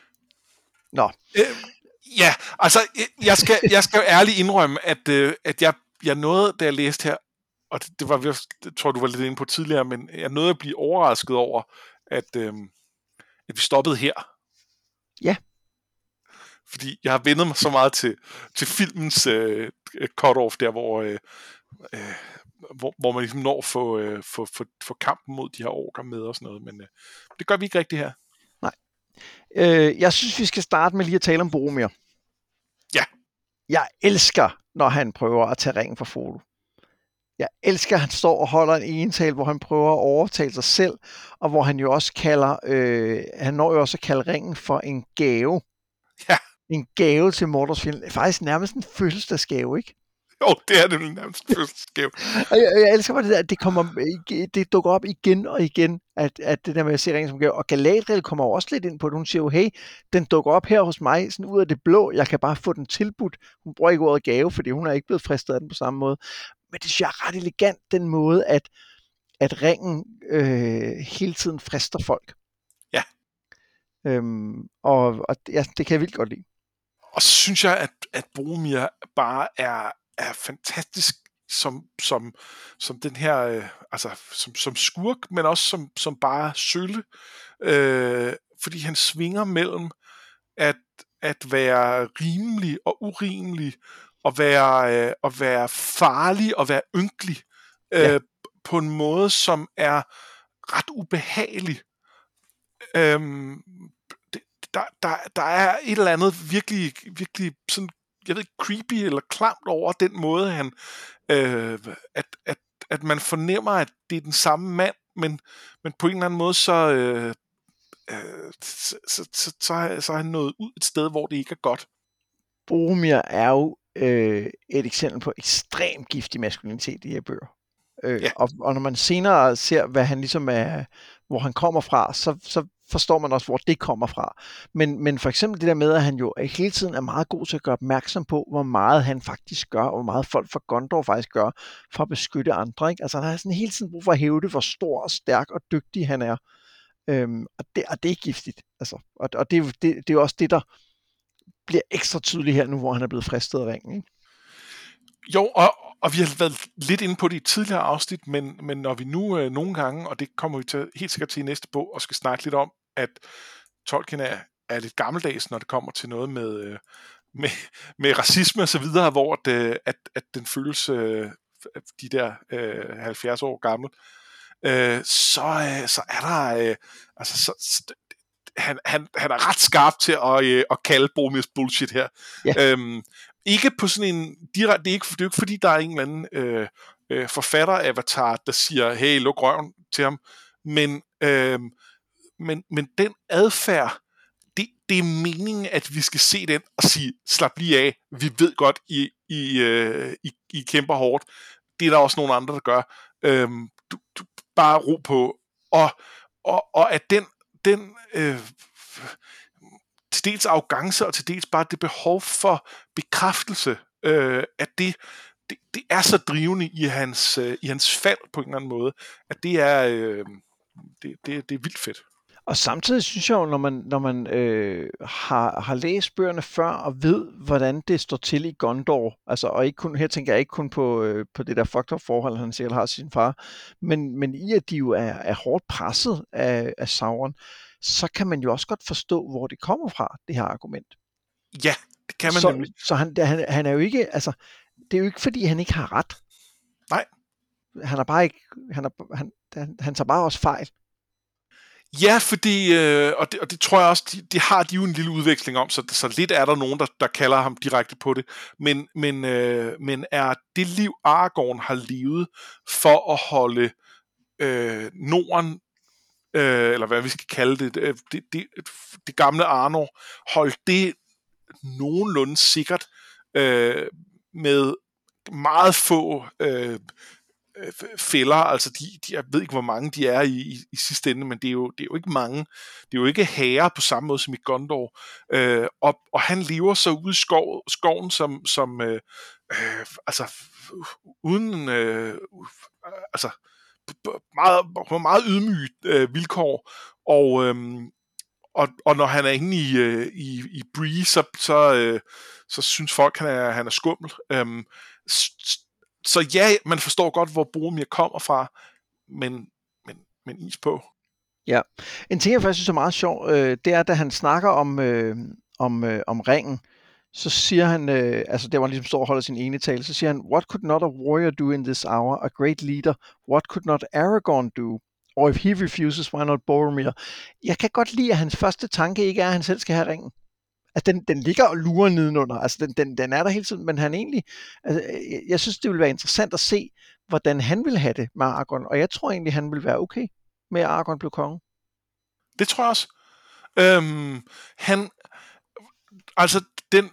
Nå. Øh, ja, altså, jeg skal, jeg skal jo ærligt indrømme, at, øh, at jeg, jeg nåede, da jeg læste her, og det, det var, det tror du var lidt inde på tidligere, men jeg nåede at blive overrasket over, at, øh, at vi stoppede her. Ja. Fordi jeg har vendet mig så meget til, til filmens øh, cut-off der, hvor, øh, øh, hvor, hvor man ligesom når at få, øh, få, få, få kampen mod de her orker med og sådan noget, men øh, det gør vi ikke rigtigt her. Nej. Øh, jeg synes, vi skal starte med lige at tale om Boromir. Ja. Jeg elsker, når han prøver at tage ringen fra Frodo. Jeg elsker, at han står og holder en ental, hvor han prøver at overtale sig selv, og hvor han jo også kalder, øh, han når jo også at kalde ringen for en gave. Ja. En gave til Mordors fjende. Faktisk nærmest en fødselsdagsgave, ikke? Jo, det er det nærmest en fødselsdagsgave. Og jeg, jeg elsker bare det der, at det, kommer, det dukker op igen og igen, at, at det der med at se ringen som gave. Og Galadriel kommer også lidt ind på det. Hun siger jo, hey, den dukker op her hos mig, sådan ud af det blå. Jeg kan bare få den tilbudt. Hun bruger ikke ordet gave, fordi hun er ikke blevet fristet af den på samme måde. Men det synes jeg er ret elegant, den måde, at, at ringen øh, hele tiden frister folk. Ja. Øhm, og og ja, det kan jeg vildt godt lide. Og så synes jeg, at, at Boromir bare er, er fantastisk som, som, som den her, øh, altså som, som skurk, men også som, som bare sølle. Øh, fordi han svinger mellem at, at være rimelig og urimelig, og være, øh, at være farlig og være ynkelig øh, ja. På en måde, som er ret ubehagelig. Øhm, det, der, der, der er et eller andet virkelig, virkelig sådan jeg ved ikke, creepy eller klamt over den måde, han, øh, at, at, at man fornemmer, at det er den samme mand, men, men på en eller anden måde, så, øh, øh, så, så, så, så, er, så er han nået ud et sted, hvor det ikke er godt. Boromir er jo øh, et eksempel på ekstrem giftig maskulinitet i de her bøger. Øh, Ja. og, og når man senere ser, hvad han ligesom er, hvor han kommer fra, så, så forstår man også, hvor det kommer fra. Men, men for eksempel det der med, at han jo hele tiden er meget god til at gøre opmærksom på, hvor meget han faktisk gør, og hvor meget folk fra Gondor faktisk gør, for at beskytte andre. Ikke? Altså han har sådan hele tiden brug for at hævde, hvor stor og stærk og dygtig han er. Øhm, og, det, og det er giftigt. Altså, og og det, det, det er jo også det, der bliver ekstra tydeligt her nu, hvor han er blevet fristet af ringen. Ikke? Jo, og, og vi har været lidt inde på det i tidligere afsnit, men, men når vi nu øh, nogle gange, og det kommer vi til, helt sikkert til i næste bog, og skal snakke lidt om, at Tolkien er, er lidt gammeldags, når det kommer til noget med, øh, med, med racisme og så videre, hvor det, at, at den føles øh, de der øh, halvfjerds år gammel, øh, så, øh, så er der øh, altså så, så, han, han, han er ret skarp til at, øh, at kalde Boromirs bullshit her. Ja. Øhm, ikke på sådan en direkte, det er ikke, det er ikke fordi, der er en eller anden øh, øh, forfatter-avatar, der siger, hey, luk røven til ham, men, øh, men, men den adfærd, det, det er meningen, at vi skal se den og sige, slap lige af, vi ved godt, I, I, øh, I, I kæmper hårdt, det er der også nogle andre, der gør. Øhm, du, du bare ro på, og, og, og at den, den øh, til dels arrogance, og til dels bare det behov for bekræftelse, øh, at det, det, det er så drivende i hans, øh, i hans fald på en eller anden måde, at det er, øh, det, det, det er vildt fedt. Og samtidig synes jeg jo, når man, når man øh, har, har læst bøgerne før og ved, hvordan det står til i Gondor, altså, og ikke kun, her tænker jeg ikke kun på, øh, på det der fucked up forhold, han sikkert har til sin far, men, men i at de jo er, er hårdt presset af, af Sauron, så kan man jo også godt forstå, hvor det kommer fra, det her argument. Ja, det kan man så, nemlig. Så han, han, han er jo ikke, altså, det er jo ikke fordi, han ikke har ret. Nej. Han er bare ikke, han, er, han, han, han tager bare også fejl. Ja, fordi, øh, og, det, og det tror jeg også, de, de har de jo en lille udveksling om, så, så lidt er der nogen, der, der kalder ham direkte på det, men, men, øh, men er det liv, Aragorn har levet for at holde øh, Norden, øh, eller hvad vi skal kalde det, det, det, det, det gamle Arnor, holde det nogenlunde sikkert øh, med meget få øh, fælder, altså de, de, jeg ved ikke, hvor mange de er i, i, i sidste ende, men det er, jo, det er jo ikke mange. Det er jo ikke hære på samme måde som i Gondor. Øh, og, og han lever så ude i skov, skoven som, som øh, øh, altså uden øh, altså meget, på meget ydmygt øh, vilkår, og øh, Og, og når han er inde i, øh, i, i Bree, så, så, øh, så synes folk, han er, han er skummel. Øhm, så, så ja, man forstår godt, hvor Boromir kommer fra, men, men, men is på. Ja, en ting, jeg faktisk synes er meget sjov, øh, det er, da han snakker om, øh, om, øh, om ringen, så siger han, øh, altså der hvor han ligesom står og holder sin ene tale, så siger han, what could not a warrior do in this hour, a great leader, what could not Aragorn do? Or if he refuses, why not Boromir? Jeg kan godt lide, at hans første tanke ikke er, at han selv skal have ringen. Altså, den, den ligger og lurer nedenunder. Altså, den, den, den er der hele tiden, men han egentlig... Altså, jeg, jeg synes, det ville være interessant at se, hvordan han ville have det med Aragorn. Og jeg tror egentlig, han ville være okay med, at Aragorn blev konge. Det tror jeg også. Øhm, han... Altså, den...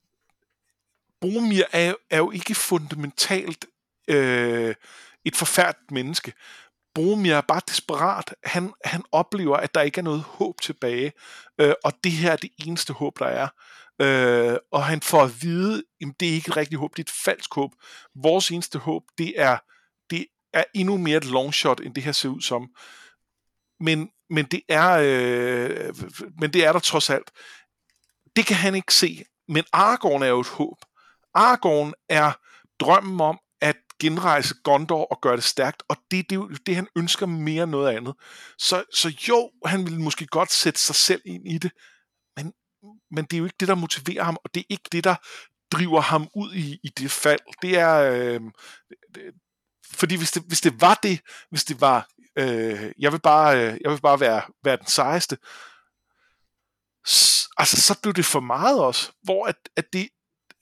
Boromir er, er jo ikke fundamentalt øh, et forfærdeligt menneske. Boromir er bare desperat. Han, han oplever, at der ikke er noget håb tilbage, øh, og det her er det eneste håb, der er. Øh, og han får at vide, at det er ikke et rigtigt håb, det er et falsk håb. Vores eneste håb, det er, det er endnu mere et longshot, end det her ser ud som. Men, men, det er, øh, men det er der trods alt. Det kan han ikke se, men Aragorn er jo et håb. Aragorn er drømmen om at genrejse Gondor og gøre det stærkt, og det, det er jo det, han ønsker mere end noget andet. Så, så jo, han vil måske godt sætte sig selv ind i det, men, men det er jo ikke det, der motiverer ham, og det er ikke det, der driver ham ud i, i det fald. Det er... Øh, det, fordi hvis det, hvis det var det, hvis det var, øh, jeg vil bare, øh, jeg vil bare være, være den sejeste, S- altså så blev det for meget også, hvor at, at det,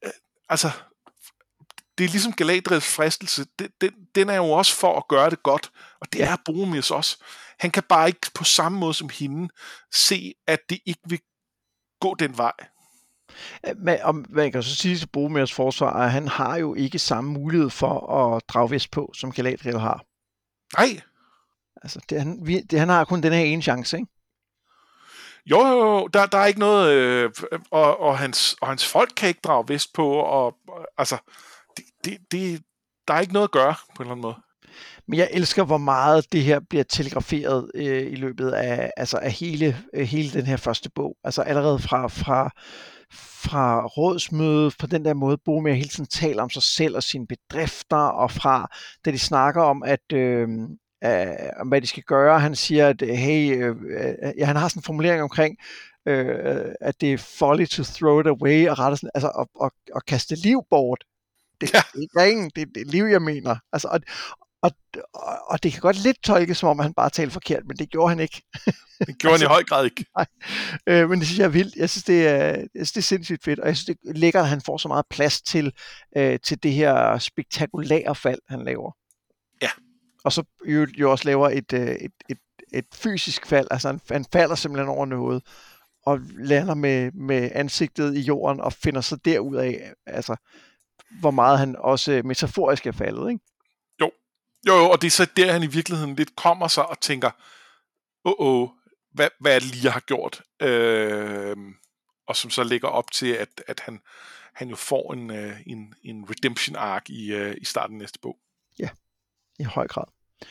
altså, det er ligesom Galadriels fristelse. Den, den, den er jo også for at gøre det godt, og det ja. er Boromirs også. Han kan bare ikke på samme måde som hende se, at det ikke vil gå den vej. Men om, man kan så sige til Boromirs forsvar, at han har jo ikke samme mulighed for at drage vest på, som Galadriel har. Nej. Altså, det, han, vi, det, han har kun den her ene chance, ikke? Jo, jo, jo. Der, der er ikke noget, øh, og, og, hans, og hans folk kan ikke drage vest på, og, og altså, det, det, det, der er ikke noget at gøre, på en eller anden måde. Men jeg elsker, hvor meget det her bliver telegraferet øh, i løbet af, altså af hele, øh, hele den her første bog. Altså allerede fra, fra, fra rådsmødet, på den der måde, Boromir hele tiden taler om sig selv og sine bedrifter, og fra, da de snakker om, at øh, øh, om hvad de skal gøre. Han siger, at hey, øh, øh, ja, han har sådan en formulering omkring, øh, at det er folly to throw it away, og rette sådan, altså at, at, at kaste liv bort. Det, ja. det er ingen, det, det er liv, jeg mener. Altså, og, Og, og, og det kan godt lidt tolkes, som om han bare talte forkert, men det gjorde han ikke. Det gjorde altså, han i høj grad ikke. Nej. Øh, men det synes jeg er vildt. Jeg synes, det er, jeg synes, det er sindssygt fedt, og jeg synes, det er lækkert, at han får så meget plads til, øh, til det her spektakulære fald, han laver. Ja. Og så jo, jo også laver et, et, et, et fysisk fald, altså han, han falder simpelthen over noget, og lander med, med ansigtet i jorden, og finder så derud af, altså, hvor meget han også metaforisk er faldet, ikke? Jo, jo, og det er så der, han i virkeligheden lidt kommer sig og tænker, åh, åh, hvad, hvad er det lige, jeg har gjort? Øh, og som så lægger op til, at, at han, han jo får en, en, en redemption arc i, i starten af næste bog. Ja, i høj grad.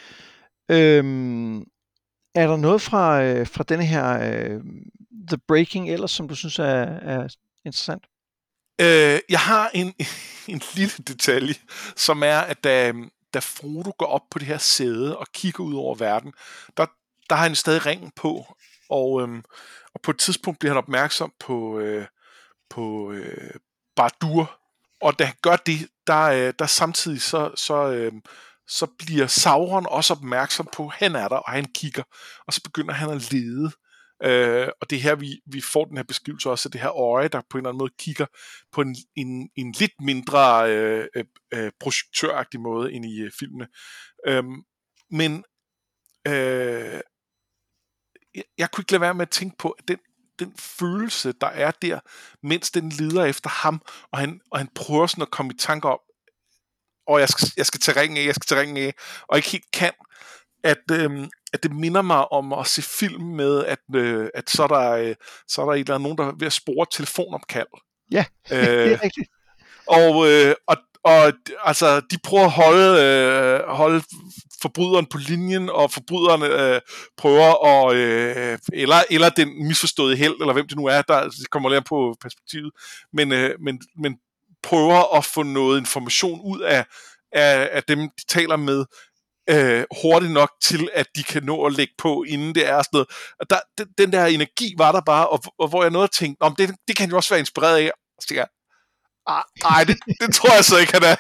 Øhm, er der noget fra, øh, fra denne her øh, The Breaking ellers, som du synes er, er interessant? Øh, jeg har en, en lille detalje, som er, at da, da Frodo går op på det her sæde og kigger ud over verden, der, der har han stadig ringen på, og, øhm, og på et tidspunkt bliver han opmærksom på, øh, på øh, Bardur, og da han gør det, der, øh, der samtidig så, så, øh, så bliver Sauron også opmærksom på, at han er der, og han kigger, og så begynder han at lede. Øh, og det er her, vi, vi får den her beskrivelse også af det her øje, der på en eller anden måde kigger på en, en, en lidt mindre øh, øh, projektøragtig måde end i øh, filmene. Øh, men øh, jeg, jeg kunne ikke lade være med at tænke på, at den, den følelse, der er der, mens den leder efter ham, og han, og han prøver sådan at komme i tanke om, og jeg skal, jeg skal tage ringen af, jeg skal tage ringen af, og ikke helt kan, at, øhm, at det minder mig om at se film med, at, øh, at så, er der, øh, så er der et eller andet, nogen, der er ved at spore telefonopkald. Ja, øh, det er rigtigt. Og, øh, og, og altså, de prøver at holde, øh, holde forbryderen på linjen, og forbryderne øh, prøver at, øh, eller, eller den misforståede held, eller hvem det nu er, der det kommer lidt på perspektivet, men, øh, men, men prøver at få noget information ud af, af, af dem, de taler med, Øh, hurtigt nok til, at de kan nå at lægge på, inden det er sådan noget. Og der, den, den der energi var der bare, og, og hvor jeg nåede at tænke, om det, det kan jo også være inspireret af. Og så tænker jeg, nej, det, det tror jeg så ikke, han er.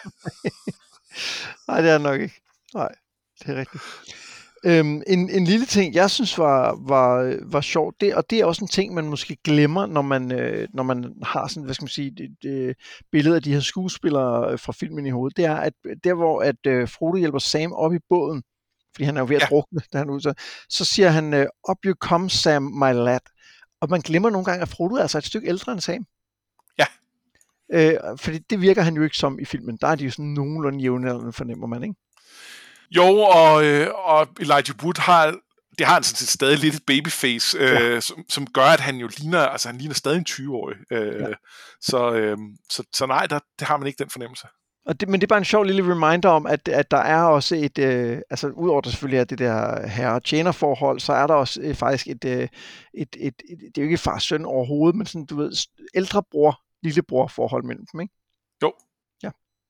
Nej, det er nok ikke. Nej, det er rigtigt. Øhm, en, en lille ting, jeg synes var, var, var sjovt, det, og det er også en ting, man måske glemmer, når man, øh, når man har sådan, hvad skal man sige, et, et billede af de her skuespillere fra filmen i hovedet, det er, at der hvor at, øh, Frodo hjælper Sam op i båden, fordi han er jo ved at ja. drukne, da han er ude, så, så siger han, øh, up you come, Sam, my lad. Og man glemmer nogle gange, at Frodo er altså et stykke ældre end Sam. Ja. Øh, fordi det virker han jo ikke som i filmen. Der er de jo sådan nogenlunde jævnaldrende, fornemmer man, ikke? Jo, og, øh, og Elijah Wood har, det har han sådan set stadig lidt et babyface, øh, ja. som, som gør, at han jo ligner, altså han ligner stadig en tyve-årig. Øh, ja. så, øh, så, så nej, der, det har man ikke den fornemmelse. Og det, men det er bare en sjov lille reminder om, at, at der er også et, øh, altså udover der selvfølgelig er det der herre-tjener-forhold, så er der også øh, faktisk et, øh, et, et, et, et, det er jo ikke far-søn overhovedet, men sådan, du ved, ældre bror, lillebror forhold mellem dem, ikke? Jo. Ja.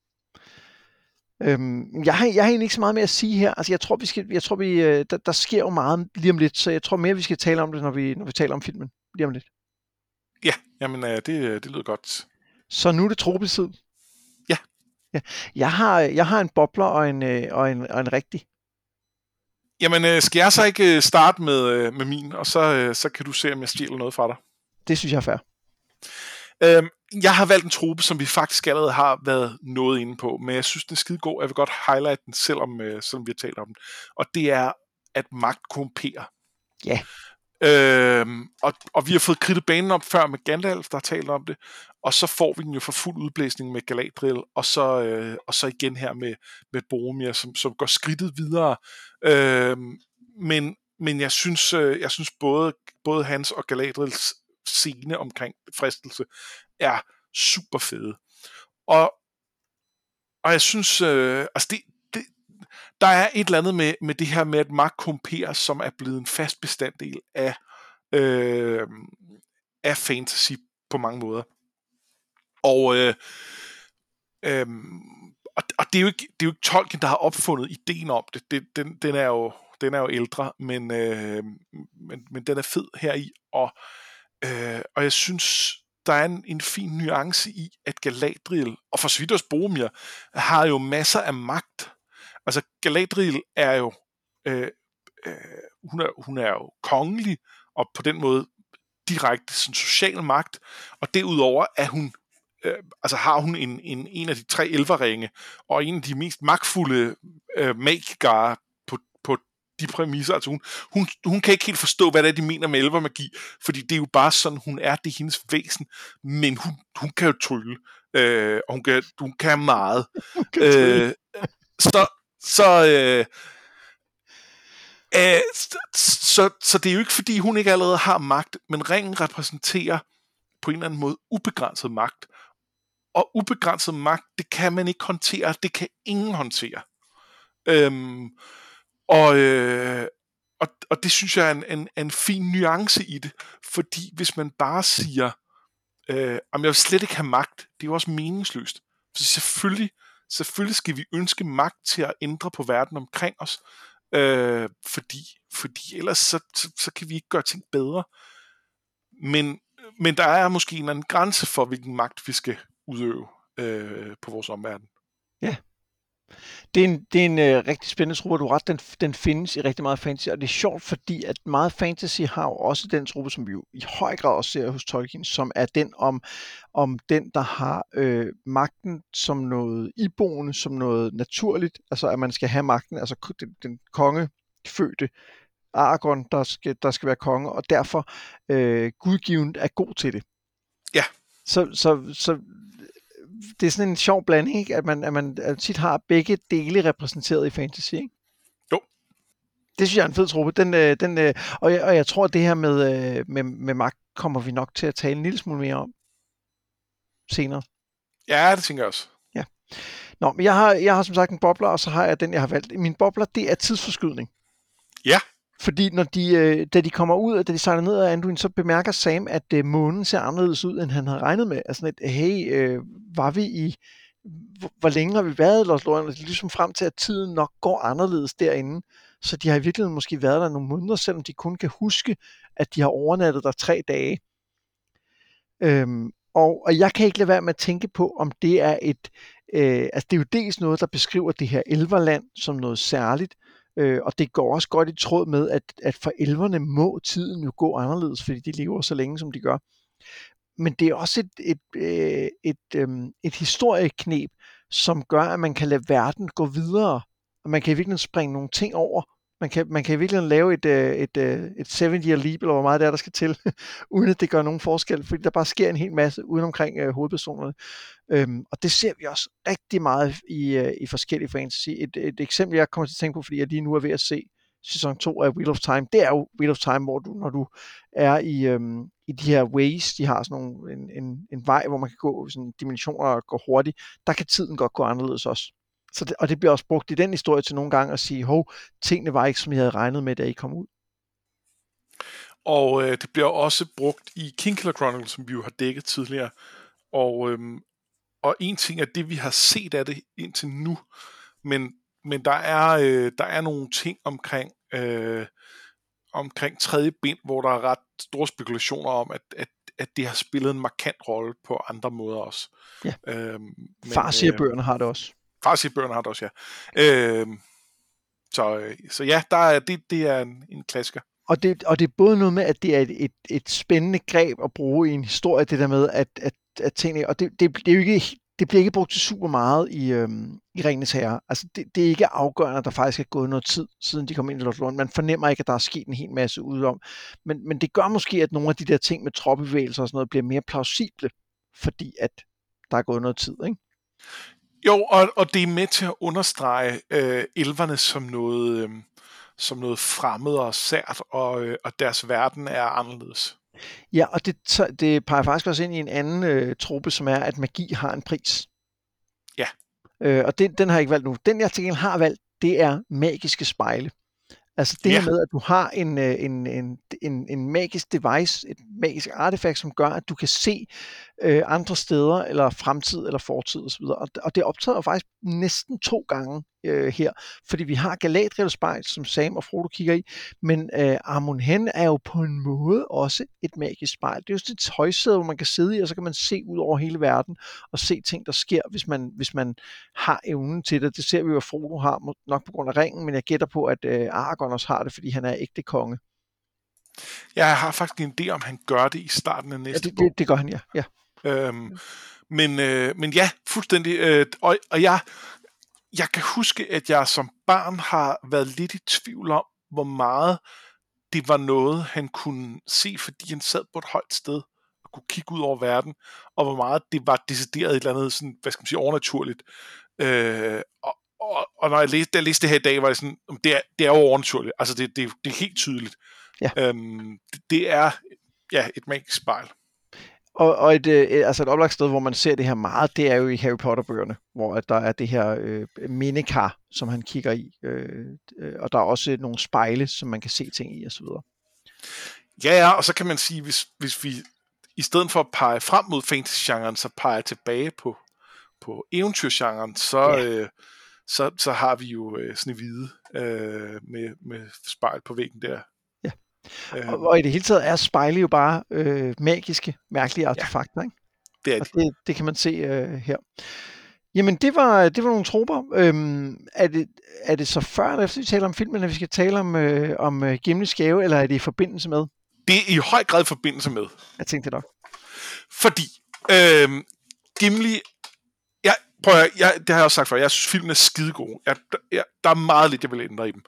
Øhm, jeg, har, jeg har egentlig ikke så meget mere at sige her. Altså, jeg tror, vi skal, jeg tror, vi, øh, der, der sker jo meget lige om lidt, så jeg tror mere, vi skal tale om det, når vi, når vi taler om filmen lige om lidt. Ja, jamen, øh, det, det lyder godt. Så nu er det tropetid. Ja. Ja. Jeg har, jeg har en bobler og en, øh, og en, og en rigtig. Jamen, øh, skal jeg så ikke starte med, øh, med min, og så, øh, så kan du se, om jeg stjæler noget fra dig? Det synes jeg er fair. Øhm, jeg har valgt en trope, som vi faktisk allerede har været noget inde på, men jeg synes, den er skide god. Jeg vil godt highlight den, selvom, øh, selvom vi har talt om den. Og det er, at magt korrumperer. Ja. Øhm, og, og vi har fået kridtet banen op før med Gandalf, der har talt om det, og så får vi den jo for fuld udblæsning med Galadriel, og så, øh, og så igen her med, med Boromir, som, som går skridtet videre. Øhm, men, men jeg synes, øh, jeg synes både, både hans og Galadriels scene omkring fristelse er super fede. Og, og jeg synes, øh, altså det, det, der er et eller andet med, med det her med, at magt korrumperer, som er blevet en fast bestanddel af, øh, af fantasy på mange måder. Og, øh, øh, og, og det, er jo ikke, det er jo ikke Tolkien, der har opfundet ideen om det. det den, den, er jo, den er jo ældre, men, øh, men, men den er fed heri. Og, øh, og jeg synes, der er en, en fin nuance i, at Galadriel, og for så vidt også Boromir, har jo masser af magt. Altså Galadriel er jo øh, øh, hun, er, hun er jo kongelig, og på den måde direkte sådan social magt, og derudover er hun øh, altså har hun en, en, en af de tre elverringe, og en af de mest magtfulde øh, magikere på, på de præmisser. Altså hun, hun, hun kan ikke helt forstå, hvad det er, de mener med elvermagi, fordi det er jo bare sådan, hun er, det er hendes væsen, men hun, hun kan jo trylle, øh, og hun kan, hun kan meget. øh, så så øh, øh, så, så det er jo ikke, fordi hun ikke allerede har magt, men ringen repræsenterer på en eller anden måde ubegrænset magt. Og ubegrænset magt, det kan man ikke håndtere, det kan ingen håndtere. Øhm, og, øh, og, og det synes jeg er en, en, en fin nuance i det, fordi hvis man bare siger, øh, om jeg vil slet ikke have magt, det er jo også meningsløst. Så selvfølgelig, selvfølgelig skal vi ønske magt til at ændre på verden omkring os, øh, fordi, fordi ellers så, så, så kan vi ikke gøre ting bedre. Men, men der er måske en eller anden grænse for, hvilken magt vi skal udøve øh, på vores omverden. Ja. Det er en, det er en øh, rigtig spændende truppe, du har ret, den, den findes i rigtig meget fantasy, og det er sjovt, fordi at meget fantasy har jo også den truppe, som vi jo i høj grad også ser hos Tolkien, som er den om, om den, der har øh, magten som noget iboende, som noget naturligt, altså at man skal have magten, altså den, den kongefødte Aragorn, der skal, der skal være konge, og derfor øh, gudgiven er god til det. Ja. Så, så, så det er sådan en sjov blanding, ikke? At man, at man at tit har begge dele repræsenteret i fantasy, ikke? Jo. Det synes jeg er en fed truppe. Den, øh, den, øh, og, jeg, og jeg tror, at det her med, øh, med, med magt kommer vi nok til at tale en lille smule mere om senere. Ja, det tænker jeg også. Ja. Nå, men jeg har, jeg har som sagt en bobler, og så har jeg den, jeg har valgt. Min bobler, det er tidsforskydning. Ja. Fordi når de, øh, da de kommer ud, og da de sejler ned af Anduin, så bemærker Sam, at øh, månen ser anderledes ud, end han havde regnet med. Altså sådan et, hey, øh, var vi i... Hvor, hvor længe har vi været i Lothlórien? Og det er ligesom frem til, at tiden nok går anderledes derinde. Så de har i virkeligheden måske været der nogle måneder, selvom de kun kan huske, at de har overnattet der tre dage. Øhm, og, og jeg kan ikke lade være med at tænke på, om det er et... Øh, altså det er jo dels noget, der beskriver det her elverland som noget særligt, Øh, og det går også godt i tråd med, at, at for elverne må tiden jo gå anderledes, fordi de lever så længe, som de gør. Men det er også et, et, et, et, et, et historiekneb, som gør, at man kan lade verden gå videre, og man kan i virkeligheden springe nogle ting over. Man kan, man kan i virkeligheden lave et, et, et, et seven-year leap, eller hvor meget det er, der skal til, uden at det gør nogen forskel, fordi der bare sker en hel masse uden omkring øh, hovedpersonerne. Øhm, og det ser vi også rigtig meget i, øh, i forskellige fantasy. Et, et eksempel, jeg kommer til at tænke på, fordi jeg lige nu er ved at se sæson to af Wheel of Time, det er jo Wheel of Time, hvor du, når du er i, øhm, i de her ways, de har sådan nogle, en, en, en vej, hvor man kan gå sådan dimensioner og gå hurtigt, der kan tiden godt gå anderledes også. Så det, og det bliver også brugt i den historie til nogle gange at sige, hov, tingene var ikke, som jeg havde regnet med, da I kom ud. Og øh, det bliver også brugt i Kingkiller Chronicles, som vi jo har dækket tidligere. Og, øhm, og en ting er det, vi har set af det indtil nu, men, men der, er, øh, der er nogle ting omkring, øh, omkring tredje bind, hvor der er ret store spekulationer om, at, at, at det har spillet en markant rolle på andre måder også. Ja. Øhm, Farsigerbøgerne øh, har det også. Farsigerbøgerne har det også, ja. Øh, så, så ja, der er, det, det er en, en klassiker. Og det, og det er både noget med, at det er et, et, et spændende greb at bruge i en historie, det der med, at, at at tingene, og det, det, det er jo ikke, det bliver ikke brugt til super meget i, øhm, i Ringenes Herre. Altså, det, det er ikke afgørende, at der faktisk er gået noget tid, siden de kom ind i Lord of the Rings. Man fornemmer ikke, at der er sket en hel masse udom. Men, men det gør måske, at nogle af de der ting med troppebevægelser og sådan noget, bliver mere plausible, fordi at der er gået noget tid, ikke? Jo, og, og det er med til at understrege øh, elverne som noget, øh, som noget fremmed og sært, og, øh, og deres verden er anderledes. Ja, og det, det peger faktisk også ind i en anden øh, trope, som er, at magi har en pris. Ja. Øh, og den, den har jeg ikke valgt nu. Den, jeg til gengæld har valgt, det er magiske spejle. Altså det Ja. her med, at du har en, en, en, en, en magisk device, et magisk artefakt, som gør, at du kan se øh, andre steder, eller fremtid, eller fortid osv. Og, og det optræder faktisk næsten to gange øh, her, fordi vi har Galadriel-spejl, som Sam og Frodo kigger i, men øh, Armon-Hen er jo på en måde også et magisk spejl. Det er jo sådan et højsæde, hvor man kan sidde i, og så kan man se ud over hele verden, og se ting, der sker, hvis man, hvis man har evnen til det. Det ser vi jo, at Frodo har, nok på grund af ringen, men jeg gætter på, at øh, Aragorn også har det, fordi han er ægte konge. Jeg har faktisk en idé om, han gør det i starten af næste ja, det, bog. Det, det gør han, ja. ja. Øhm, men, øh, men ja, fuldstændig. Øh, og og jeg, jeg kan huske, at jeg som barn har været lidt i tvivl om, hvor meget det var noget, han kunne se, fordi han sad på et højt sted og kunne kigge ud over verden, og hvor meget det var decideret et eller andet, sådan, hvad skal man sige, overnaturligt. Øh, og, og, og når jeg læste, da jeg læste det her i dag, var det sådan, det er, det er jo overnaturligt. Altså, det, det, det er helt tydeligt. Ja. Øhm, det, det er ja, et magisk spejl. Og, og et, øh, altså et oplagt sted, hvor man ser det her meget, det er jo i Harry Potter-bøgerne, hvor at der er det her øh, mindekar, som han kigger i. Øh, øh, og der er også nogle spejle, som man kan se ting i osv. Ja, ja, og så kan man sige, hvis, hvis vi i stedet for at pege frem mod fantasy-genren, så peger tilbage på, på eventyrgenren, så, Ja. øh, så, så har vi jo øh, Snehvide øh, med, med spejl på væggen der. Ja. Øh, Og, og i det hele taget er spejle jo bare øh, magiske, mærkelige artefakter, ja. Ikke? Det er og de. det, det kan man se øh, her. Jamen, det var, det var nogle troper. Øhm, er, det, er det så før eller efter, vi taler om filmen, at vi skal tale om, øh, om øh, Gimlis gave, eller er det i forbindelse med? Det er i høj grad i forbindelse med. Jeg tænkte det nok. Fordi øh, Gimli, jeg, prøv at, jeg, det har jeg også sagt før, jeg synes filmen er skidegod. Jeg, jeg, der er meget lidt, jeg vil ændre i dem.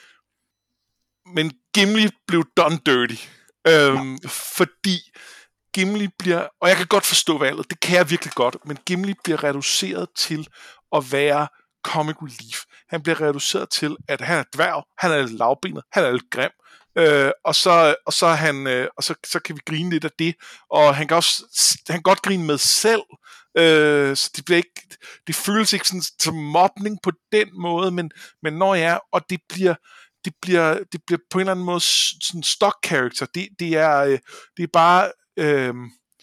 Men Gimli blev done dirty. Øhm, ja. Fordi Gimli bliver, og jeg kan godt forstå valget, det kan jeg virkelig godt, men Gimli bliver reduceret til at være comic relief. Han bliver reduceret til, at han er dværg, han er lidt lavbenet, han er lidt grim, øh, og, så, og, så, han, øh, og så, så kan vi grine lidt af det, og han kan også han kan godt grine med selv, øh, så det, bliver ikke, det føles ikke sådan som mobning på den måde, men, men når jeg er, og det bliver det bliver, det bliver på en eller anden måde sådan stock character. Det, det, er, det er bare... Øh,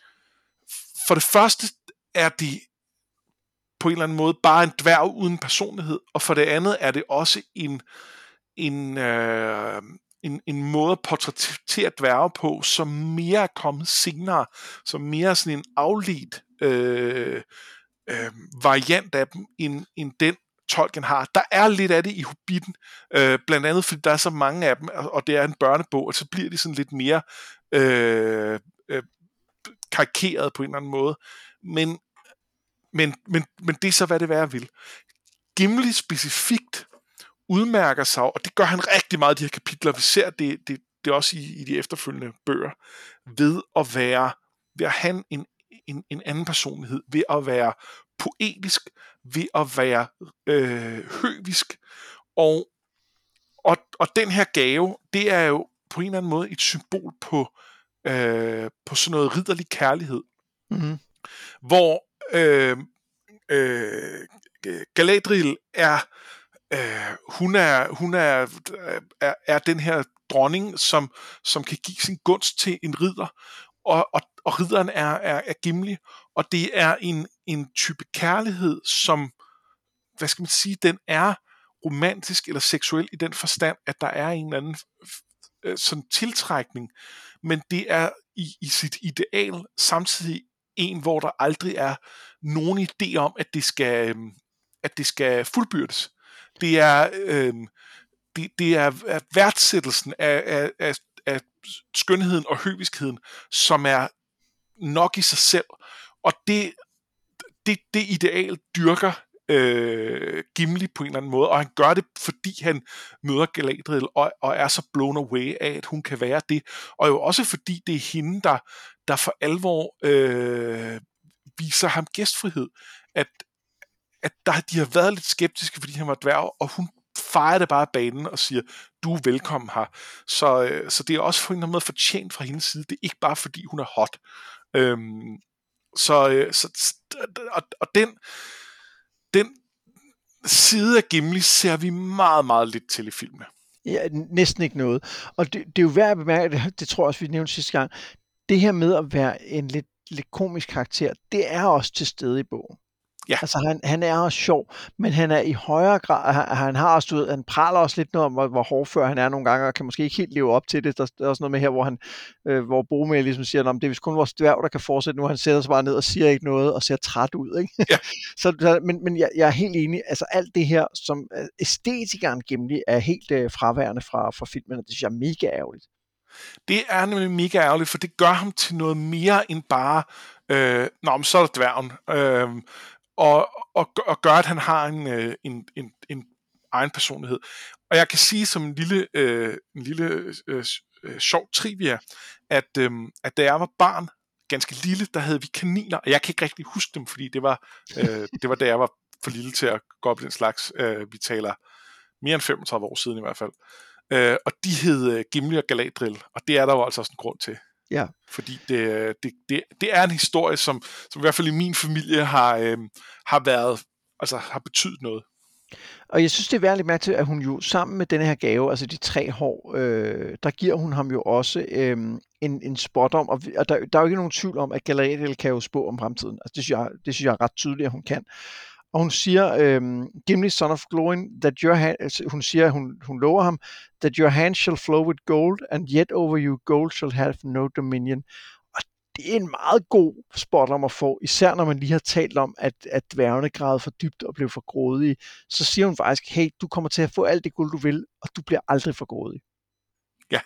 for det første er det på en eller anden måde bare en dværg uden personlighed, og for det andet er det også en, en, øh, en, en måde at portrættere dværge på, som mere er kommet senere, som mere er sådan en afledt øh, øh, variant af dem, end, end den Tolkien har. Der er lidt af det i Hobbiten, øh, blandt andet fordi der er så mange af dem, og det er en børnebog, og så bliver de sådan lidt mere øh, øh, karikeret på en eller anden måde. Men, men, men, men det er så, hvad det være vil. Gimli specifikt udmærker sig, og det gør han rigtig meget i de her kapitler. Vi ser det, det, det også i, i de efterfølgende bøger, ved at være, ved at have en, en, en anden personlighed, ved at være poetisk, ved at være øh, høvisk, og, og, og den her gave, det er jo på en eller anden måde et symbol på, øh, på sådan noget ridderlig kærlighed, mm-hmm. hvor øh, øh, Galadriel er, øh, hun er, hun er, er, er den her dronning, som, som kan give sin gunst til en ridder, og, og, og ridderen er, er, er Gimli, og det er en, en type kærlighed, som, hvad skal man sige, den er romantisk eller seksuel i den forstand, at der er en eller anden øh, sådan tiltrækning, men det er i, i sit ideal samtidig en, hvor der aldrig er nogen idé om, at det skal, at det skal fuldbyrdes. Det er, øh, det, det er værdsættelsen af, af, af, af skønheden og høviskheden, som er nok i sig selv, og det, det, det ideal dyrker øh, Gimli på en eller anden måde, og han gør det, fordi han møder Galadriel, og, og er så blown away af, at hun kan være det, og jo også fordi det er hende, der, der for alvor øh, viser ham gæstfrihed, at, at der, de har været lidt skeptiske, fordi han var dværg, og hun fejrer det bare af banen og siger, du er velkommen her. Så, øh, så det er også på en eller anden måde fortjent fra hendes side. Det er ikke bare fordi, hun er hot. Øhm, så, øh, så og, og den den side af Gimli ser vi meget, meget lidt til i filmen. Ja, næsten ikke noget. Og det, det er jo værd at bemærke, det, det tror jeg også, vi nævnte sidste gang, det her med at være en lidt, lidt komisk karakter, det er også til stede i bogen. Ja. Altså han, han er også sjov, men han er i højere grad, han, han har også, han praler også lidt noget om, hvor, hvor hårdfør han er nogle gange, og kan måske ikke helt leve op til det. Der, der er også noget med her, hvor han, øh, hvor Boromir ligesom siger, det er vist kun vores dværg, der kan fortsætte nu. Han sætter sig bare ned og siger ikke noget, og ser træt ud, ikke? Ja. så, så, men men jeg, jeg er helt enig, altså alt det her, som æstetikeren Gimli er helt øh, fraværende fra, fra filmen, og det synes jeg er mega ærgerligt. Det er nemlig mega ærgerligt, for det gør ham til noget mere end bare, øh, nå, men så er der dværgen. Øh, Og, og, og gør, at han har en, en, en, en egen personlighed. Og jeg kan sige som en lille, øh, en lille øh, øh, sjov trivia, at, øh, at da jeg var barn, ganske lille, der havde vi kaniner, og jeg kan ikke rigtig huske dem, fordi det var, øh, det var da jeg var for lille til at gå op i den slags. Øh, vi taler mere end femogtredive år siden i hvert fald. Øh, og de hed Gimli og Galadriel, og det er der jo altså også en grund til. Ja. Fordi det, det, det, det er en historie, som, som i hvert fald i min familie har, øh, har været, altså har betydet noget. Og jeg synes, det er værd at mærke til, at hun jo sammen med denne her gave, altså de tre hår, øh, der giver hun ham jo også øh, en, en spot om, og, og der, der er jo ikke nogen tvivl om, at Galadriel kan jo spå om fremtiden. Altså det synes jeg, det synes jeg er ret tydeligt, at hun kan. Og hun siger, øhm, Gimli, son of Glóin, that your hand, hun siger, hun, hun lover ham, that your hand shall flow with gold, and yet over you gold shall have no dominion. Og det er en meget god spot om at få, især når man lige har talt om, at, at dværgene gravede for dybt og blev for grådige. Så siger hun faktisk, hey, du kommer til at få alt det guld, du vil, og du bliver aldrig for grådig. Ja.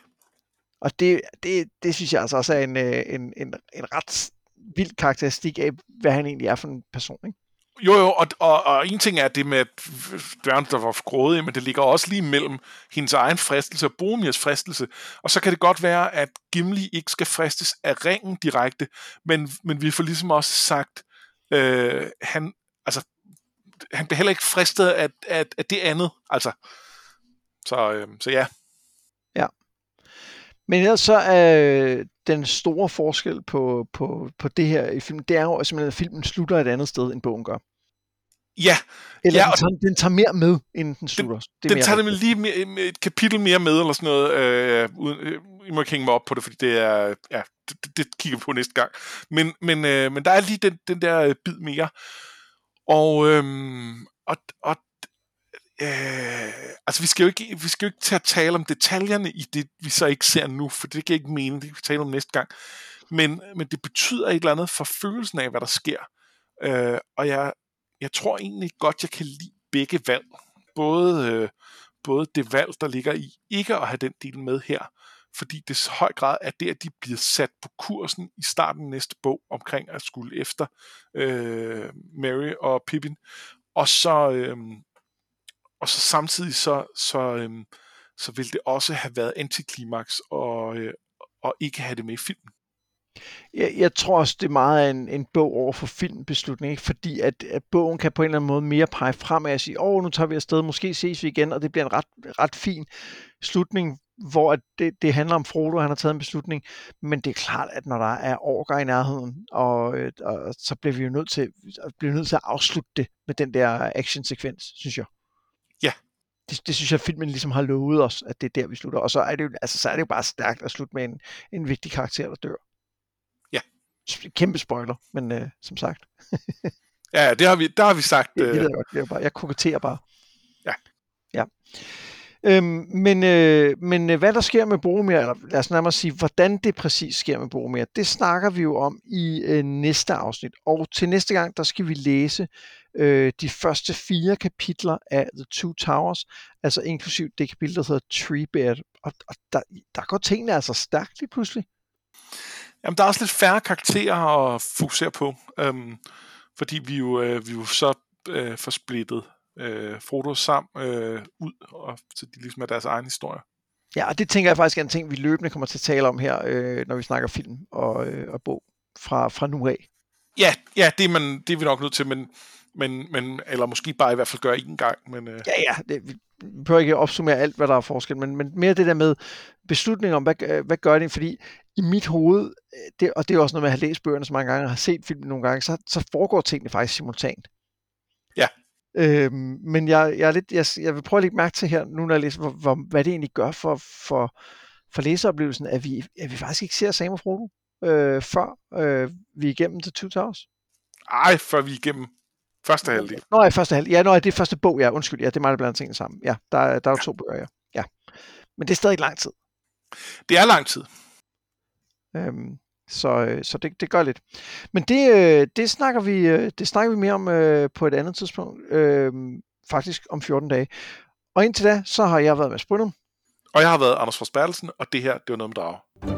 Og det, det, det synes jeg altså også er en, en, en, en ret vild karakteristik af, hvad han egentlig er for en person, ikke? Jo, jo, og, og, og en ting er det med, at dværgen, der var grådige, men det ligger også lige mellem hendes egen fristelse og Boromirs fristelse. Og så kan det godt være, at Gimli ikke skal fristes af ringen direkte, men, men vi får ligesom også sagt, øh, han, altså, han bliver heller ikke fristet af, af, af det andet. Altså, så, øh, så ja. Ja. Men ellers så er den store forskel på, på, på det her i filmen, det er jo simpelthen, at filmen slutter et andet sted, end bogen gør. Ja. Eller ja, den, tager, den tager mere med, end den slutter. Den, det den tager det med lige mere, et kapitel mere med, eller sådan noget. Øh, uden, øh, I må ikke hænge mig op på det, fordi det er, ja, det, det kigger vi på næste gang. Men, men, øh, men der er lige den, den der bid mere. Og, øh, og, og øh, altså vi skal jo ikke, vi skal jo ikke til at tale om detaljerne i det, vi så ikke ser nu, for det kan ikke mene, det kan vi tale om næste gang. Men, men det betyder et eller andet for følelsen af, hvad der sker. Øh, og jeg, jeg tror egentlig godt, jeg kan lide begge valg. Både, øh, både det valg, der ligger i ikke at have den del med her, fordi det så høj grad er det, at de bliver sat på kursen i starten af næste bog, omkring at skulle efter øh, Merry og Pippin. Og så, øh, og så samtidig så, så, øh, så vil det også have været antiklimaks og, øh, og ikke have det med i filmen. Jeg, jeg tror også, det er meget en, en bog over for filmbeslutning, ikke? Fordi at, at bogen kan på en eller anden måde mere pege fremad og sige, åh, oh, nu tager vi afsted, måske ses vi igen, og det bliver en ret, ret fin slutning, hvor det, det handler om Frodo, han har taget en beslutning, men det er klart, at når der er orker i nærheden, og, og så bliver vi jo nødt til, bliver nødt til at afslutte det med den der actionsekvens, synes jeg. Ja. Det, det synes jeg, filmen ligesom har lovet os, at det er der, vi slutter. Og så er det jo, altså, så er det jo bare stærkt at slutte med en, en vigtig karakter, der dør. Kæmpe spoiler, men øh, som sagt. Ja, det har vi, der har vi sagt. Øh... Det, det godt, det bare, jeg koketterer bare. Ja. Ja. Øhm, men, øh, men hvad der sker med Boromir, eller lad os nærmere sige, hvordan det præcis sker med Boromir, det snakker vi jo om i øh, næste afsnit. Og til næste gang, der skal vi læse øh, de første fire kapitler af The Two Towers, altså inklusiv det kapitel, der hedder Treebeard. Og, og der, der går tingene altså stærkt lige pludselig. Jamen, der er også lidt færre karakterer at fokusere på, øhm, fordi vi jo, øh, vi jo så øh, får splittet øh, Frodo sammen øh, ud, og så de ligesom er deres egen historie. Ja, og det tænker jeg faktisk er en ting, vi løbende kommer til at tale om her, øh, når vi snakker film og, øh, og bog fra, fra nu af. Ja, ja det, er man, det er vi nok nødt til, men, men, men, eller måske bare i hvert fald gøre en gang. Men, øh... Ja, ja, det, vi behøver ikke opsummere alt, hvad der er forskel, men, men mere det der med beslutningen om, hvad, hvad gør det, fordi i mit hoved, det, og det er også noget med at have læst bøgerne så mange gange, og har set filmen nogle gange, så, så foregår tingene faktisk simultant. Ja. Øhm, men jeg, jeg, er lidt, jeg, jeg vil prøve at lægge mærke til her, nu når jeg læser, hvor, hvor, hvad det egentlig gør for, for, for læseoplevelsen, at vi, at vi faktisk ikke ser Sam og Frodo, øh, før øh, vi er igennem The Two Towers. Ej, før vi er igennem første halvdel. Nå, i første halvdel. Ja, nå, det er første bog, ja. Undskyld, ja, det er mig, der blander tingene sammen. Ja, der, der er jo ja. to bøger, ja. ja. Men det er stadig lang tid. Det er lang tid. Øhm, så så det, det gør lidt. Men det, det, snakker vi, det snakker vi mere om øh, på et andet tidspunkt. Øh, faktisk om fjorten dage. Og indtil da, så har jeg været med Brynum. Og jeg har været Anders Fors Bertelsen, og det her, det var noget med drager.